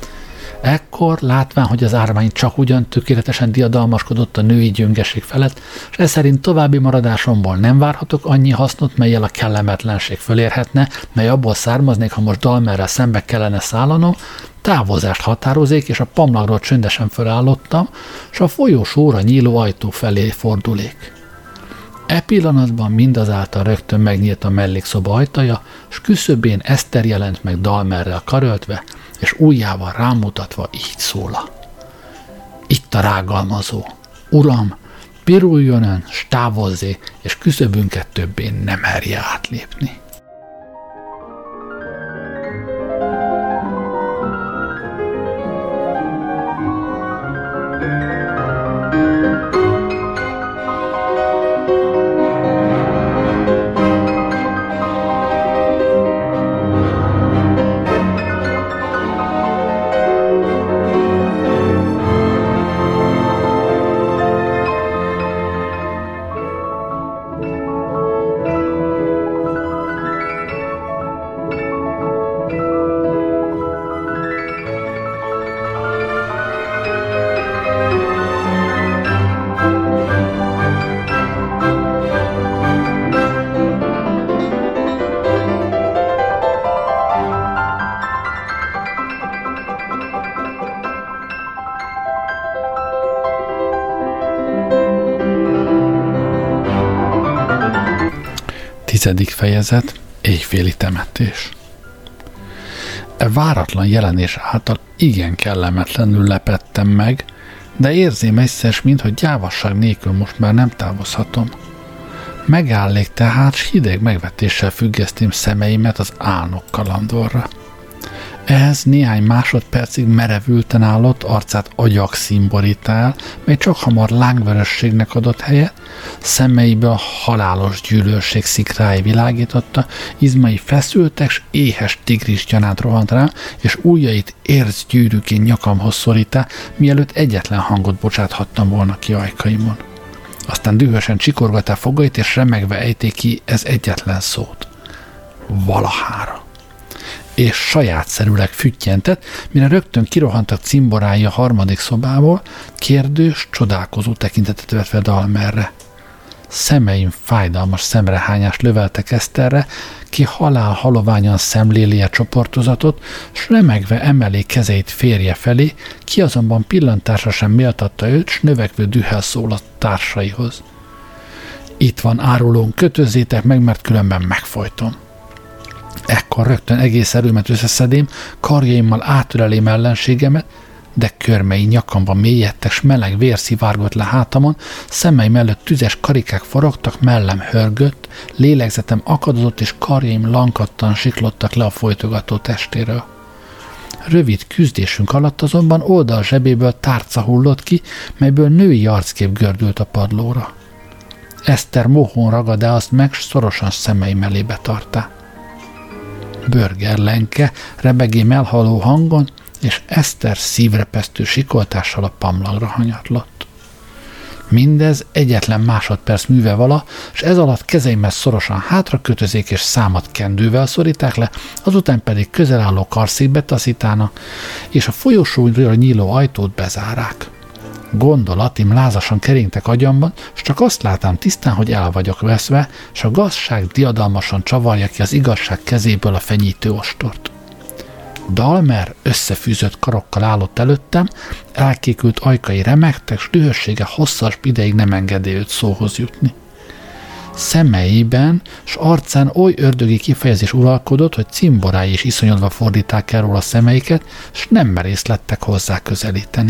Ekkor, látván, hogy az árvány csak ugyan tökéletesen diadalmaskodott a női gyöngeség felett, és ez szerint további maradásomból nem várhatok annyi hasznot, mellyel a kellemetlenség fölérhetne, mely abból származnék, ha most Dalmerrel szembe kellene szállanom, távozást határozék, és a pamlagról csöndesen fölállottam, és a folyósóra nyíló ajtó felé fordulék. E pillanatban mindazáltal rögtön megnyílt a mellékszoba ajtaja, s küszöbén Eszter jelent meg Dalmerrel karöltve, és ujjával rámutatva így szóla. Itt a rágalmazó. Uram, piruljon ön, s távozzé, és küszöbünket többé nem merje átlépni. Tizedik fejezet, éjféli temetés. E váratlan jelenés által igen kellemetlenül lepettem meg, de érzém egyszer, minthogy gyávasság nélkül most már nem távozhatom. Megállék tehát, s hideg megvetéssel függesztém szemeimet az álnok kalandorra. Ehhez néhány másodpercig merevülten állott, arcát agyakszín borítál, mely csak hamar lángvörösségnek adott helyet, szemeiből halálos gyűlölség szikrái világította, izmai feszültek, s éhes tigris gyanát rohant rám, és ujjait érzgyűrűként nyakamhoz szorítá, mielőtt egyetlen hangot bocsáthattam volna ki ajkaimon. Aztán dühösen csikorgatá fogait, és remegve ejté ki ez egyetlen szót. Valahára. És sajátszerűleg füttyentett, mire rögtön kirohantak cimborái a harmadik szobából, kérdős, csodálkozó tekintetet vetve Dalmerre. Szemeim fájdalmas szemrehányást löveltek Eszterre, ki halál haloványan szemléli a csoportozatot, s remegve emeli kezeit férje felé, ki azonban pillantásra sem méltatta őt, s növekvő dühel szól a társaihoz. Itt van, árulón, kötözzétek meg, mert különben megfojtom. Ekkor rögtön egész erőmet összeszedém, karjaimmal átölelém ellenségemet, de körmei nyakamban mélyedtek, s meleg vér szivárgott le hátamon, szemeim előtt tüzes karikák forogtak, mellem hörgött, lélegzetem akadozott, és karjaim lankadtan siklottak le a folytogató testéről. Rövid küzdésünk alatt azonban oldal zsebéből tárca hullott ki, melyből női arckép gördült a padlóra. Eszter mohón ragadá azt meg, s szorosan szemei mellébe tartá. Börgerlenke rebegém elhaló hangon, és Eszter szívrepesztő sikoltással a pamlagra hanyatlott. Mindez egyetlen másodperc műve vala, s ez alatt kezeimmel szorosan hátra kötözék és számat kendővel szoríták le, azután pedig közel álló karszékbe taszítának, és a folyosóra nyíló ajtót bezárák. Gondolatim lázasan keringtek agyamban, s csak azt látám tisztán, hogy el vagyok veszve, s a gazság diadalmasan csavarja ki az igazság kezéből a fenyítő ostort. Dalmer összefűzött karokkal állott előttem, elkékült ajkai remegtek, s dühössége hosszas ideig nem engedi őt szóhoz jutni. Szemeiben s arcán oly ördögi kifejezés uralkodott, hogy cimborái is iszonyodva fordíták el róla szemeiket, s nem merész lettek hozzá közelíteni.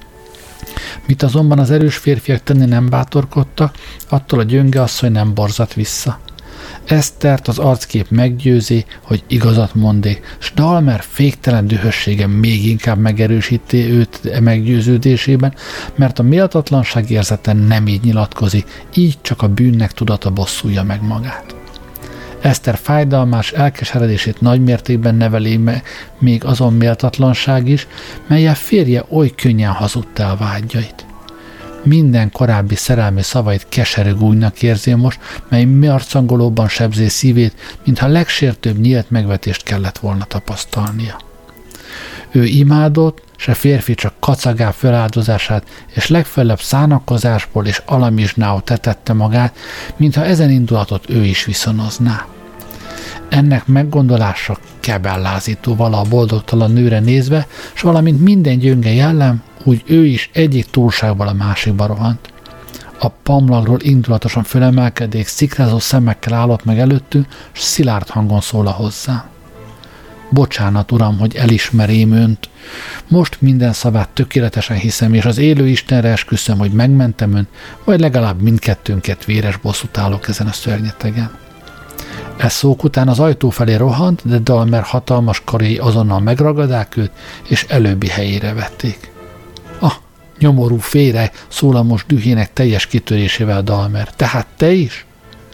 Mit azonban az erős férfiak tenni nem bátorkodtak, attól a gyönge asszony nem borzadt vissza. Esztert az arckép meggyőzi, hogy igazat mondé, s Dalmer féktelen dühössége még inkább megerősíti őt meggyőződésében, mert a méltatlanság érzete nem így nyilatkozik, így csak a bűnnek tudata bosszulja meg magát. Eszter fájdalmás elkeseredését nagymértékben neveli még azon méltatlanság is, mellyel férje oly könnyen hazudta el vágyait. Minden korábbi szerelmi szavait keserű gúnynak érzi most, mely marcangolóban sebzé szívét, mintha legsértőbb nyílt megvetést kellett volna tapasztalnia. Ő imádott, s a férfi csak kacagá feláldozását, és legfeljebb szánakozásból és alamizsnául tetette magát, mintha ezen indulatot ő is viszonozná. Ennek meggondolása kebellázító vala a boldogtalan nőre nézve, s valamint minden gyönge jellem, úgy ő is egyik túlságból a másikba rohant. A pamlagról indulatosan fölemelkedék, szikrázó szemekkel állott meg előttünk, s szilárd hangon szól hozzá. Bocsánat, uram, hogy elismerém önt. Most minden szavát tökéletesen hiszem, és az élő Istenre esküszöm, hogy megmentem önt, vagy legalább mindkettőnket véres bosszút állok ezen a szörnyetegen. E szók után az ajtó felé rohant, de Dalmer hatalmas karjai azonnal megragadák őt, és előbbi helyére vették. Nyomorú féreg, szól a most dühének teljes kitörésével Dalmer. Tehát te is?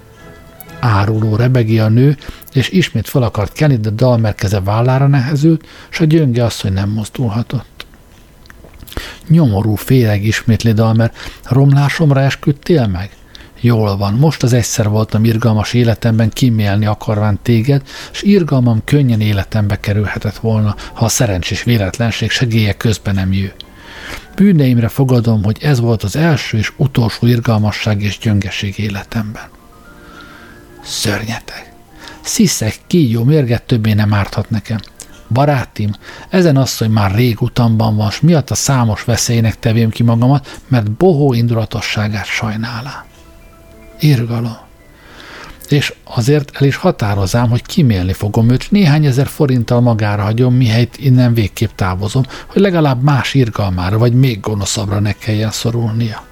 Áruló rebegi a nő, és ismét fel akart kelni, de Dalmer keze vállára nehezült, s a gyönge asszony nem mozdulhatott. Nyomorú féreg, ismétli Dalmer, romlásomra esküdtél meg? Jól van, most az egyszer voltam irgalmas életemben kimélni akarván téged, s irgalmam könnyen életembe kerülhetett volna, ha a szerencsés véletlenség segélye közben nem jő. Bűneimre fogadom, hogy ez volt az első és utolsó irgalmasság és gyöngeség életemben. Szörnyeteg. Sziszeg, kígyó, mérget többé nem árthat nekem. Barátim, ezen asszony már rég utamban van, s miatt a számos veszélynek tevém ki magamat, mert bohó indulatosságát sajnálá. Irgalom. És azért el is határozám, hogy kimélni fogom őt, néhány ezer forinttal magára hagyom, mihelyt innen végképp távozom, hogy legalább más irgalmára, vagy még gonoszabbra ne kelljen szorulnia.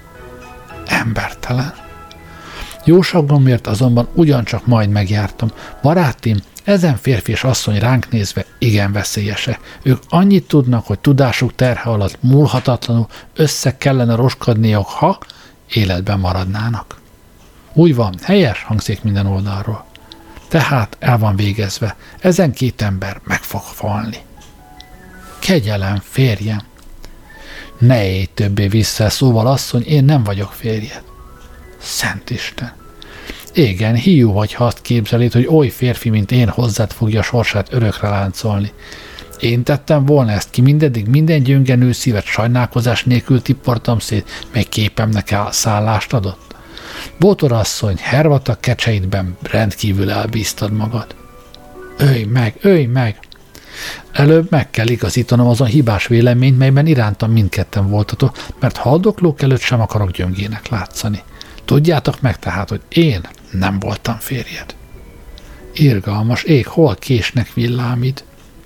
Embertelen. Jóságomért azonban ugyancsak majd megjártam. Barátim, ezen férfi és asszony ránk nézve igen veszélyesek. Ők annyit tudnak, hogy tudásuk terhe alatt múlhatatlanul össze kellene roskadniuk, ha életben maradnának. Úgy van, helyes, hangzik minden oldalról. Tehát el van végezve, ezen két ember meg fog halni. Kegyelem, férjem. Ne élj többé vissza, szóval asszony, én nem vagyok férjed. Szent Isten. Igen, hiú vagy, ha azt képzeled, hogy oly férfi, mint én hozzád fogja a sorsát örökre láncolni. Én tettem volna ezt ki, mindeddig minden gyöngenő szívet sajnálkozás nélkül tipportam szét, mely képemnek szállást adott. Bótorasszony, hervata kecseidben rendkívül elbíztad magad. Ölj meg! Előbb meg kell igazítanom azon hibás véleményt, melyben irántam mindketten voltatok, mert haldoklók előtt sem akarok gyöngének látszani. Tudjátok meg tehát, hogy én nem voltam férjed. Irgalmas ég, hol késnek villámid?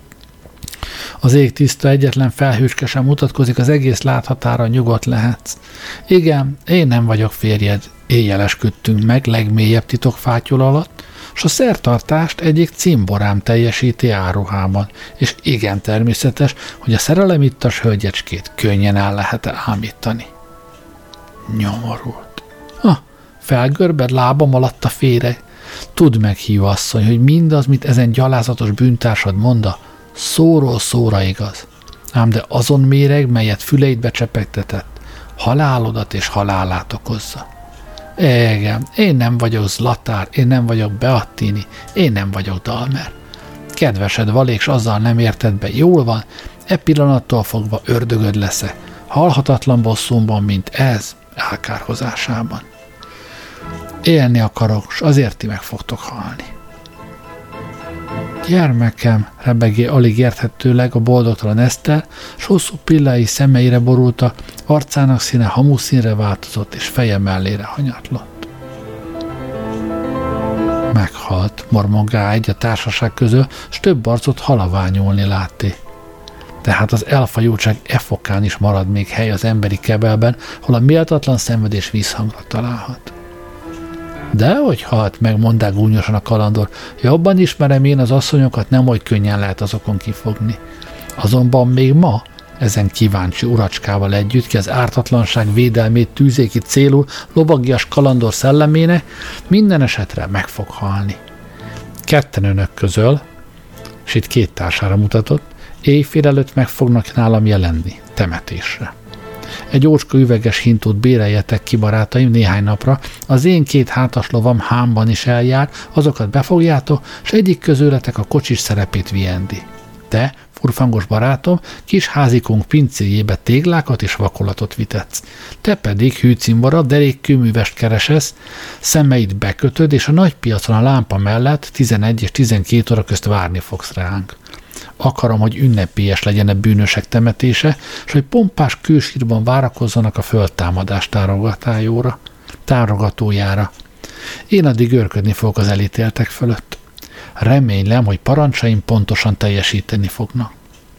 Az ég tiszta, egyetlen felhőske sem mutatkozik, az egész láthatára nyugodt lehetsz. Igen, én nem vagyok férjed, Éjjel esküdtünk meg legmélyebb titokfátyol alatt, s a szertartást egyik cimborám teljesíti áruhában, és igen természetes, hogy a szerelemittas hölgyecskét könnyen el lehet ámítani. Nyomorult. Felgörbed lábam alatt a féreg. Tudd meg, hívó asszony, hogy mindaz, mit ezen gyalázatos bűntársad monda, szóról szóra igaz. Ám de azon méreg, melyet füleidbe csepegtetett, halálodat és halálát okozza. Igen, én nem vagyok Zlatár, én nem vagyok Beattini, én nem vagyok Dalmer. Kedvesed valék, s azzal nem érted be, jól van, pillanattól fogva ördögöd lesz-e, halhatatlan bosszúmban, mint ez, elkárhozásában. Élni akarok, s azért ti meg fogtok halni. Gyermekem, rebegé alig érthetőleg a boldogtalan Eszter, s hosszú pillái szemeire borultak, arcának színe hamuszínre változott, és feje mellére hanyatlott. Meghalt, mormogá egy a társaság közül, s több arcot halaványulni látté. Tehát az elfajultság fokán is marad még hely az emberi kebelben, hol a méltatlan szenvedés vízhangra találhat. Dehogy halt meg, mondták gúnyosan a kalandor. Jobban ismerem én az asszonyokat, nem oly könnyen lehet azokon kifogni. Azonban még ma, ezen kíváncsi uracskával együtt, ki az ártatlanság védelmét tűzé ki célul lovagias kalandor szellemének, minden esetre meg fog halni. Ketten önök közül, és itt két társára mutatott, éjfél előtt meg fognak nálam jelenni, temetésre. Egy ócska üveges hintót béreljetek ki, barátaim, néhány napra, az én két hátas lovam hámban is eljár, azokat befogjátok, s egyik közületek a kocsis szerepét viendi. Te, furfangos barátom, kis házikunk pincéjébe téglákat és vakolatot vitetsz. Te pedig, hűcimbora, derékkőművest keresesz, szemeit bekötöd, és a nagy piacon a lámpa mellett 11 és 12 óra közt várni fogsz ránk. Akarom, hogy ünnepélyes legyen a bűnösek temetése, és hogy pompás kősírban várakozzanak a földtámadás tárogatójára. Én addig őrködni fogok az elítéltek fölött. Remélem, hogy parancsaim pontosan teljesíteni fognak.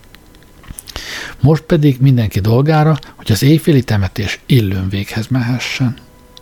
Most pedig mindenki dolgára, hogy az éjféli temetés illőn véghez mehessen.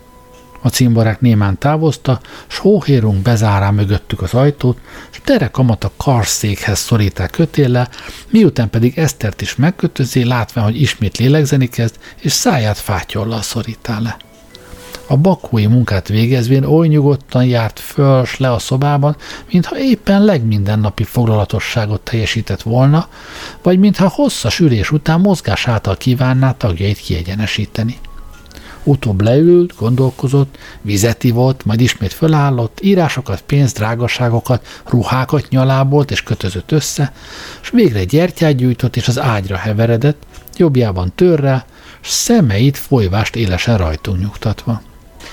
A cimborák némán távozta, s hóhérunk bezárá mögöttük az ajtót, s derekamat a karszékhez szoríták kötéllel, miután pedig Esztert is megkötözé, látván, hogy ismét lélegzeni kezd, és száját fátyollal szorítá le. A bakói munkát végezvén oly nyugodtan járt föl s le a szobában, mintha éppen legmindennapi foglalatosságot teljesített volna, vagy mintha hosszas ülés után mozgás által kívánná tagjait kiegyenesíteni. Utóbb leült, gondolkozott, vizet ivott, majd ismét fölállott, írásokat, pénzt, drágaságokat, ruhákat nyalábolt és kötözött össze, s végre gyertyát gyújtott és az ágyra heveredett, jobbjában törrel, s szemeit folyvást élesen rajtunk nyugtatva.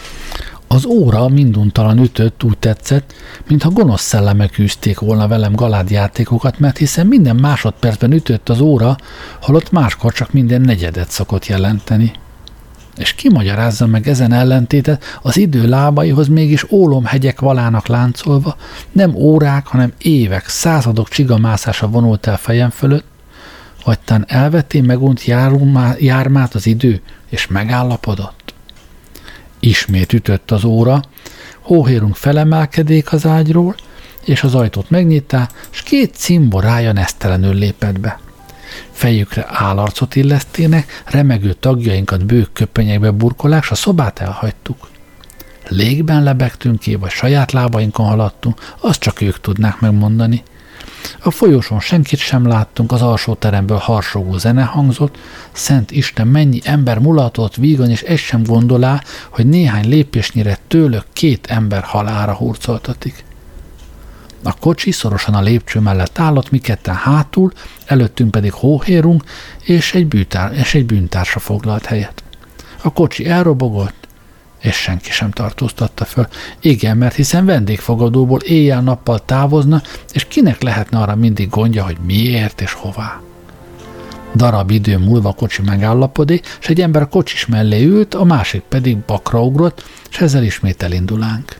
Az óra minduntalan ütött, úgy tetszett, mintha gonosz szellemek űzték volna velem galádjátékokat, mert hiszen minden másodpercben ütött az óra, holott máskor csak minden negyedet szokott jelenteni. És ki magyarázza meg ezen ellentétet, az idő lábaihoz mégis ólomhegyek valának láncolva, nem órák, hanem évek, századok csigamászása vonult el fejem fölött, vagy tán elvetté megunt jármát az idő, és megállapodott. Ismét ütött az óra, hóhérunk felemelkedék az ágyról, és az ajtót megnyitá, s két cimborája nesztelenül lépett be. Fejükre állarcot illesztének, remegő tagjainkat bők köpenyekbe burkolák, s a szobát elhagytuk. Légben lebegtünk ki, vagy saját lábainkon haladtunk, azt csak ők tudnák megmondani. A folyosón senkit sem láttunk, az alsó teremből harsogó zene hangzott, Szent Isten, mennyi ember mulatott vígan, és egy sem gondolá, hogy néhány lépésnyire tőlük két ember halálra hurcoltatik. A kocsi szorosan a lépcső mellett állott, mi ketten hátul, előttünk pedig hóhérunk, és egy bűntársa foglalt helyet. A kocsi elrobogott, és senki sem tartóztatta föl. Igen, mert hiszen vendégfogadóból éjjel-nappal távozna, és kinek lehetne arra mindig gondja, hogy miért és hová. Darab idő múlva a kocsi megállapodik, és egy ember a kocsis mellé ült, a másik pedig bakra ugrott, és ezzel ismét elindulánk.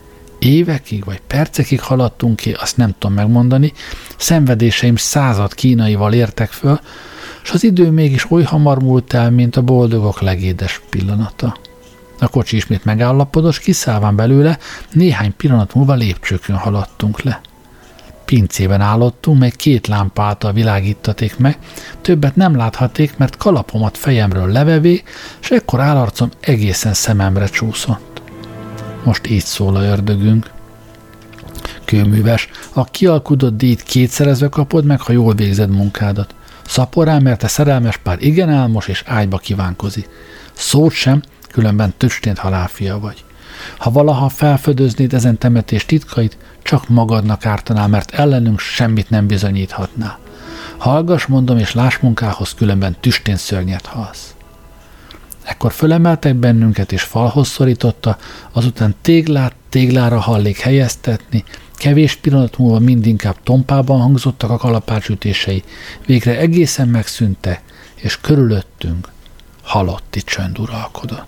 Évekig vagy percekig haladtunk ki, azt nem tudom megmondani, szenvedéseim 100 kínaival értek föl, és az idő mégis oly hamar múlt el, mint a boldogok legédes pillanata. A kocsi ismét megállapodott, kiszállván belőle, néhány pillanat múlva lépcsőkön haladtunk le. Pincében állottunk, mely 2 lámpa által világítaték meg, többet nem láthaték, mert kalapomat fejemről levevé, és ekkor állarcom egészen szememre csúszott. Most így szól a ördögünk. Kőműves, a kialkudott díjt 2-szerezve kapod meg, ha jól végzed munkádat. Szaporán, mert te szerelmes pár igen álmos és ágyba kívánkozik. Szót sem, különben tüstént halálfia vagy. Ha valaha felfödöznéd ezen temetés titkait, csak magadnak ártanál, mert ellenünk semmit nem bizonyíthatnál. Hallgass, mondom, és láss munkához, különben tüstén szörnyet halsz. Ekkor fölemeltek bennünket, és falhoz szorította, azután téglára hallék helyeztetni, kevés pillanat múlva mindinkább tompában hangzottak a kalapácsütései, végre egészen megszűntek, és körülöttünk halotti csönd uralkodott.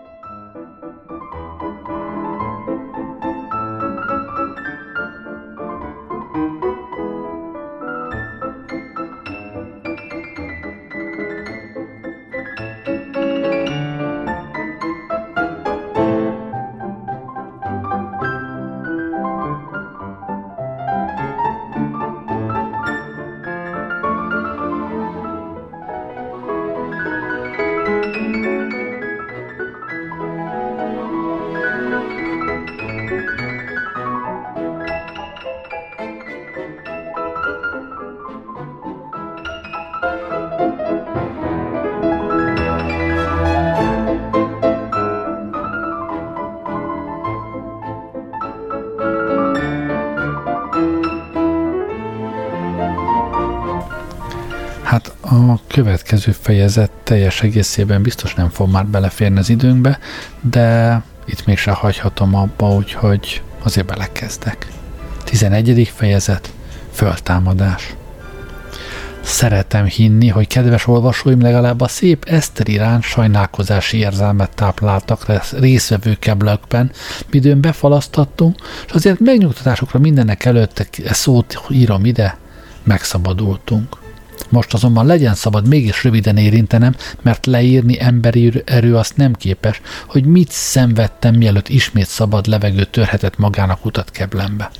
Hát a következő fejezet teljes egészében biztos nem fog már beleférni az időnkbe, de itt mégsem hagyhatom abba, úgyhogy azért belekezdek. 11. fejezet. Föltámadás. Szeretem hinni, hogy kedves olvasóim legalább a szép Eszter iránt sajnálkozási érzelmet tápláltak részvevő keblekben, midőn befalasztattunk, és azért megnyugtatásokra mindenek előtt szót írom ide, megszabadultunk. Most azonban legyen szabad mégis röviden érintenem, mert leírni emberi erő azt nem képes, hogy mit szenvedtem, mielőtt ismét szabad levegő törhetett magának utat keblembe.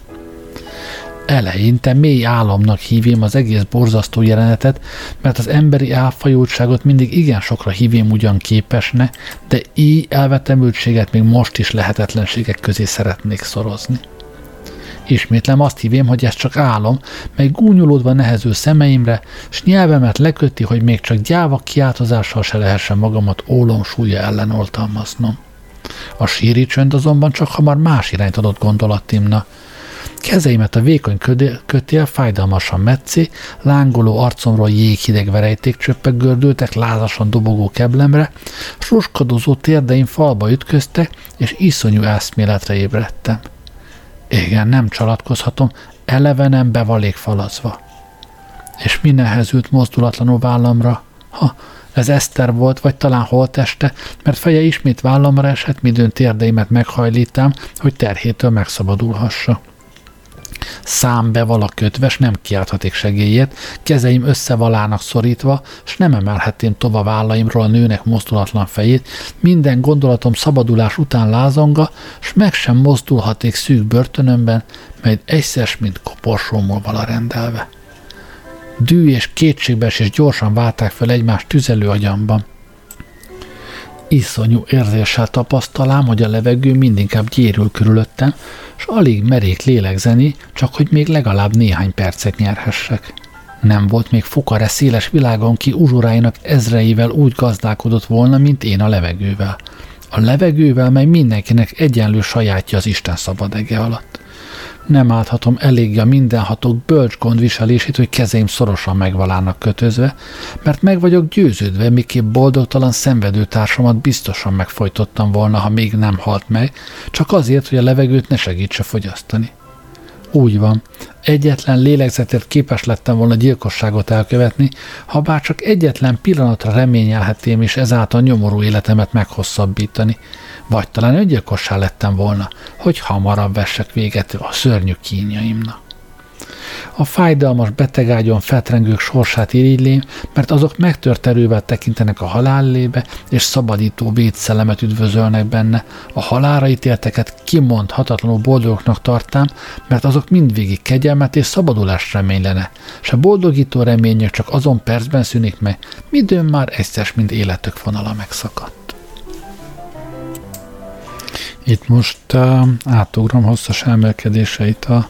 Eleinte mély álomnak hívém az egész borzasztó jelenetet, mert az emberi elfajultságot mindig igen sokra hívém ugyan képesne, de így elvetemültséget még most is lehetetlenségek közé szeretnék szorozni. Ismétlem azt hívém, hogy ez csak álom, mely gúnyolódva nehezül szemeimre, s nyelvemet leköti, hogy még csak gyáva kiáltozással se lehessen magamat ólom súlya ellen oltalmaznom. A síri csönd azonban csak hamar más irányt adott gondolatimna. Kezeimet a vékony kötél fájdalmasan metszé, lángoló arcomról jéghideg verejtékcsöppek gördültek lázasan dobogó keblemre, s roskadozó térdeim falba ütköztek, és iszonyú eszméletre ébredtem. Igen, nem csalatkozhatom, elevenen bevalék falazva. És mi nehezült mozdulatlanul vállamra? Ez Eszter volt, vagy talán holteste, mert feje ismét vállamra esett, midőn térdeimet meghajlítám, hogy terhétől megszabadulhassa. Szám bevala kötve, s nem kiálthaték segélyért, kezeim összevalának szorítva, s nem emelhetém tovább vállaimról a nőnek mozdulatlan fejét, minden gondolatom szabadulás után lázonga, s meg sem mozdulhaték szűk börtönömben, mely egyszer mint koporsómmal vala rendelve. Dű és kétségbeesés gyorsan válták fel egymást tüzelő agyamban. Iszonyú érzéssel tapasztalám, hogy a levegő mindinkább gyérül körülöttem, s alig merék lélegzeni, csak hogy még legalább néhány percet nyerhessek. Nem volt még fukare széles világon, ki uzsoráinak ezreivel úgy gazdálkodott volna, mint én a levegővel. A levegővel, mely mindenkinek egyenlő sajátja az Isten szabad ege alatt. Nem állhatom eléggé a mindenhatók bölcs gondviselését, hogy kezeim szorosan megvalának kötözve, mert meg vagyok győződve, miképp boldogtalan szenvedőtársamat biztosan megfojtottam volna, ha még nem halt meg, csak azért, hogy a levegőt ne segítse fogyasztani. Úgy van, egyetlen lélegzetért képes lettem volna gyilkosságot elkövetni, ha bár csak egyetlen pillanatra reményelhetém, és ezáltal nyomorú életemet meghosszabbítani, vagy talán öngyilkossá lettem volna, hogy hamarabb vessek véget a szörnyű kínjaimnak. A fájdalmas betegágyon fetrengők sorsát irigylém, mert azok megtört erővel tekintenek a halállébe, és szabadító védszellemet üdvözölnek benne. A halálra ítélteket kimondhatatlanul boldogoknak tartám, mert azok mindvégig kegyelmet és szabadulást reménylene, s a boldogító remények csak azon percben szűnik meg, midőn már egyszer, mint életük vonala megszakadt. Itt most átugrom hosszas elmélkedéseit a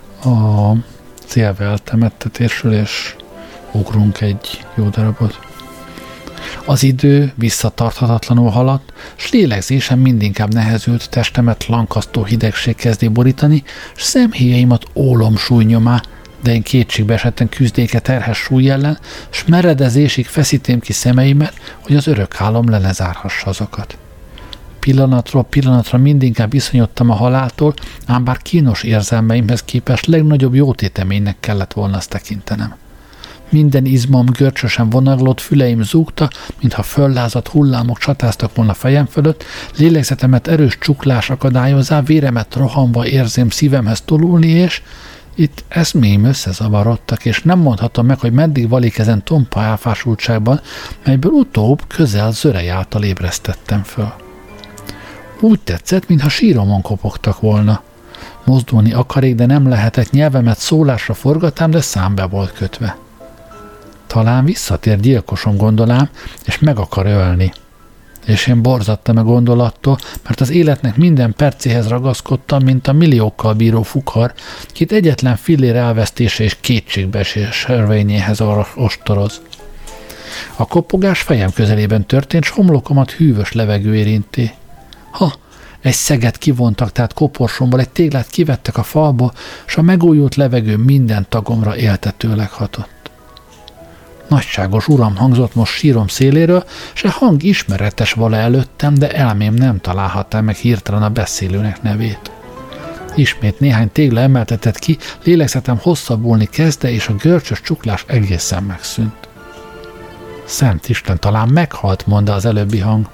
célve eltemettetésről, és ugrunk egy jó darabot. Az idő visszatarthatatlanul haladt, s lélegzésem mindinkább nehezült, testemet lankasztó hidegség kezdi borítani, s szemhéjaimat ólom súlynyomá, de én kétségbe esetten küzdéke terhes súly ellen, s meredezésig feszítém ki szemeimet, hogy az örök álom le ne zárhassa azokat. Pillanatról pillanatra mindinkább iszonyodtam a haláltól, ám bár kínos érzelmeimhez képest legnagyobb jótéteménynek kellett volna azt tekintenem. Minden izmom görcsösen vonaglott, füleim zúgta, mintha föllázadt hullámok csatáztak volna fejem fölött, lélegzetemet erős csuklás akadályozá, véremet rohanva érzém szívemhez tolulni, és itt eszméim összezavarodtak, és nem mondhatom meg, hogy meddig valik ezen tompa elfásultságban, melyből utóbb közel zörej által ébresztettem föl. Úgy tetszett, mintha síromon kopogtak volna. Mozdulni akarék, de nem lehetett, nyelvemet szólásra forgatám, de számbe volt kötve. Talán visszatér gyilkosom, gondolám, és meg akar ölni. És én borzadtam a gondolattól, mert az életnek minden percéhez ragaszkodtam, mint a milliókkal bíró fukar, kit egyetlen fillér elvesztése és kétségbeesés örvényéhez ostoroz. A kopogás fejem közelében történt, s homlokomat hűvös levegő érinti. Ha, egy szeget kivontak, tehát koporsomból egy téglát kivettek a falból, s a megújult levegő minden tagomra éltetőleg hatott. Nagyságos uram hangzott most sírom széléről, s a hang ismeretes vala előttem, de elmém nem találhatta meg hirtelen a beszélőnek nevét. Ismét néhány tégla emeltetett ki, lélegzetem hosszabbulni kezdte, és a görcsös csuklás egészen megszűnt. Szent Isten, talán meghalt, mondta az előbbi hang.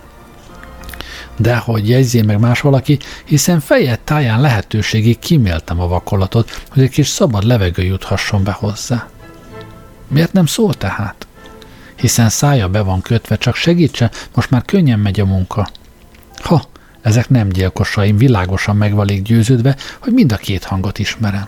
Dehogy jegyzé meg más valaki, hiszen feje táján lehetőségig kiméltem a vakolatot, hogy egy kis szabad levegő juthasson be hozzá. Miért nem szól tehát? Hiszen szája be van kötve, csak segítsen, most már könnyen megy a munka. Ha, ezek nem gyilkosaim, világosan meg vagyok győződve, hogy mind a két hangot ismerem.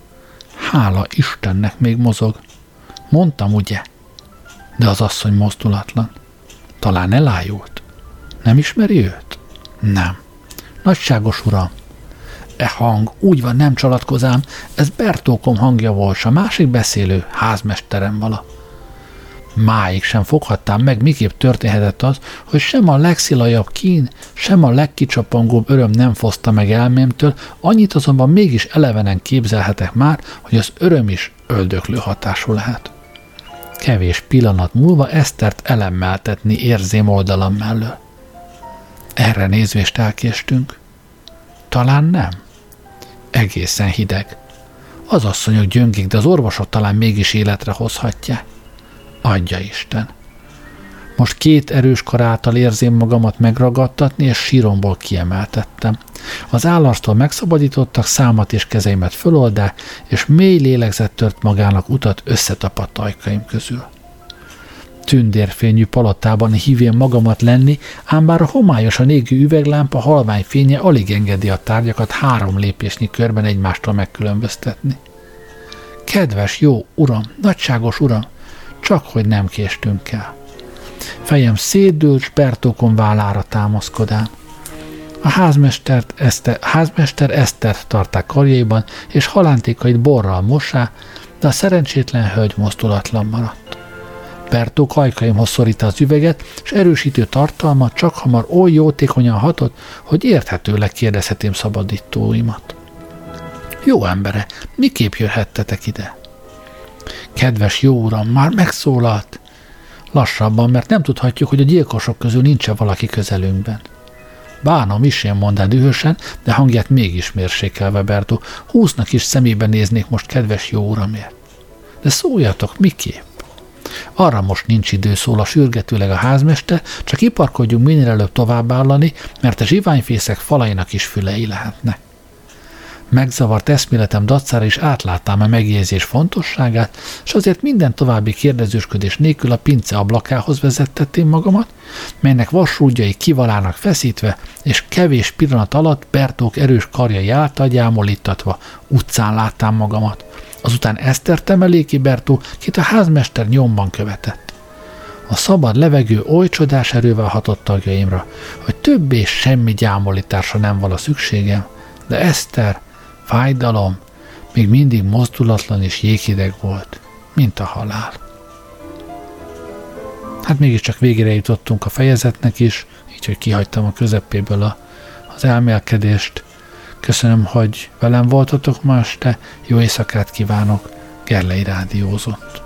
Hála Istennek, még mozog. Mondtam, ugye? De az asszony mozdulatlan. Talán elájult. Nem ismeri őt? Nem. Nagyságos uram, e hang, úgy van, nem csalatkozám, ez Bertókom hangja volt, s a másik beszélő házmesterem vala. Máig sem foghattam meg, miképp történhetett az, hogy sem a legszilajabb kín, sem a legkicsapongóbb öröm nem foszta meg elmémtől, annyit azonban mégis elevenen képzelhetek már, hogy az öröm is öldöklő hatású lehet. Kevés pillanat múlva Esztert elemmeltetni érzém oldalam mellől. Erre nézvést elkéstünk. Talán nem. Egészen hideg. Az asszonyok gyöngék, de az orvosok talán mégis életre hozhatják. Adja Isten. Most két erős kar által érzém magamat megragadtatni, és síromból kiemeltettem. Az állarctól megszabadítottak, számat és kezeimet föloldá, és mély lélegzet tört magának utat összetapadt ajkaim közül. Tündérfényű palotában hívén magamat lenni, ám bár a homályosan égő üveglámpa halvány fénye alig engedi a tárgyakat 3 lépésnyi körben egymástól megkülönböztetni. Kedves, jó uram, nagyságos uram, csak hogy nem késtünk el. Fejem szétdőlt, s Bertókom vállára támaszkodám. A házmester Esztert tarták karjaiban, és halántékait borral mossá, de a szerencsétlen hölgy mozdulatlan maradt. Bertók ajkaimhoz szorítja az üveget, és erősítő tartalma csak hamar oly jótékonyan hatott, hogy érthetőleg kérdezhetém szabadítóimat. Jó embere, miképp jöhettetek ide? Kedves jó uram, már megszólalt. Lassabban, mert nem tudhatjuk, hogy a gyilkosok közül nincs-e valaki közelünkben. Bánom is, én mondá dühösen, de hangját mégis mérsékelve Bertó. Húsznak is szemébe néznék most, kedves jó uramért. De szóljatok, miképp? Arra most nincs idő, szól a sürgetőleg a házmester, csak iparkodjunk minél előbb továbbállani, mert a zsiványfészek falainak is fülei lehetnek. Megzavart eszméletem dacára is átláttam a megjegyzés fontosságát, és azért minden további kérdezősködés nélkül a pince ablakához vezettettem magamat, melynek vasrúdjai kivalának feszítve, és kevés pillanat alatt Bertók erős karjai által gyámolítatva utcán láttam magamat. Azután Eszter Eléki Bertó, kit a házmester nyomban követett. A szabad levegő oly csodás erővel hatott tagjaimra, hogy többé semmi gyámolításra nem vala szükségem, de Eszter, fájdalom, még mindig mozdulatlan és jéghideg volt, mint a halál. Hát mégiscsak végére jutottunk a fejezetnek is, így, hogy kihagytam a közepéből az elmélkedést. Köszönöm, hogy velem voltatok ma este, jó éjszakát kívánok, Gerlei rádiózott.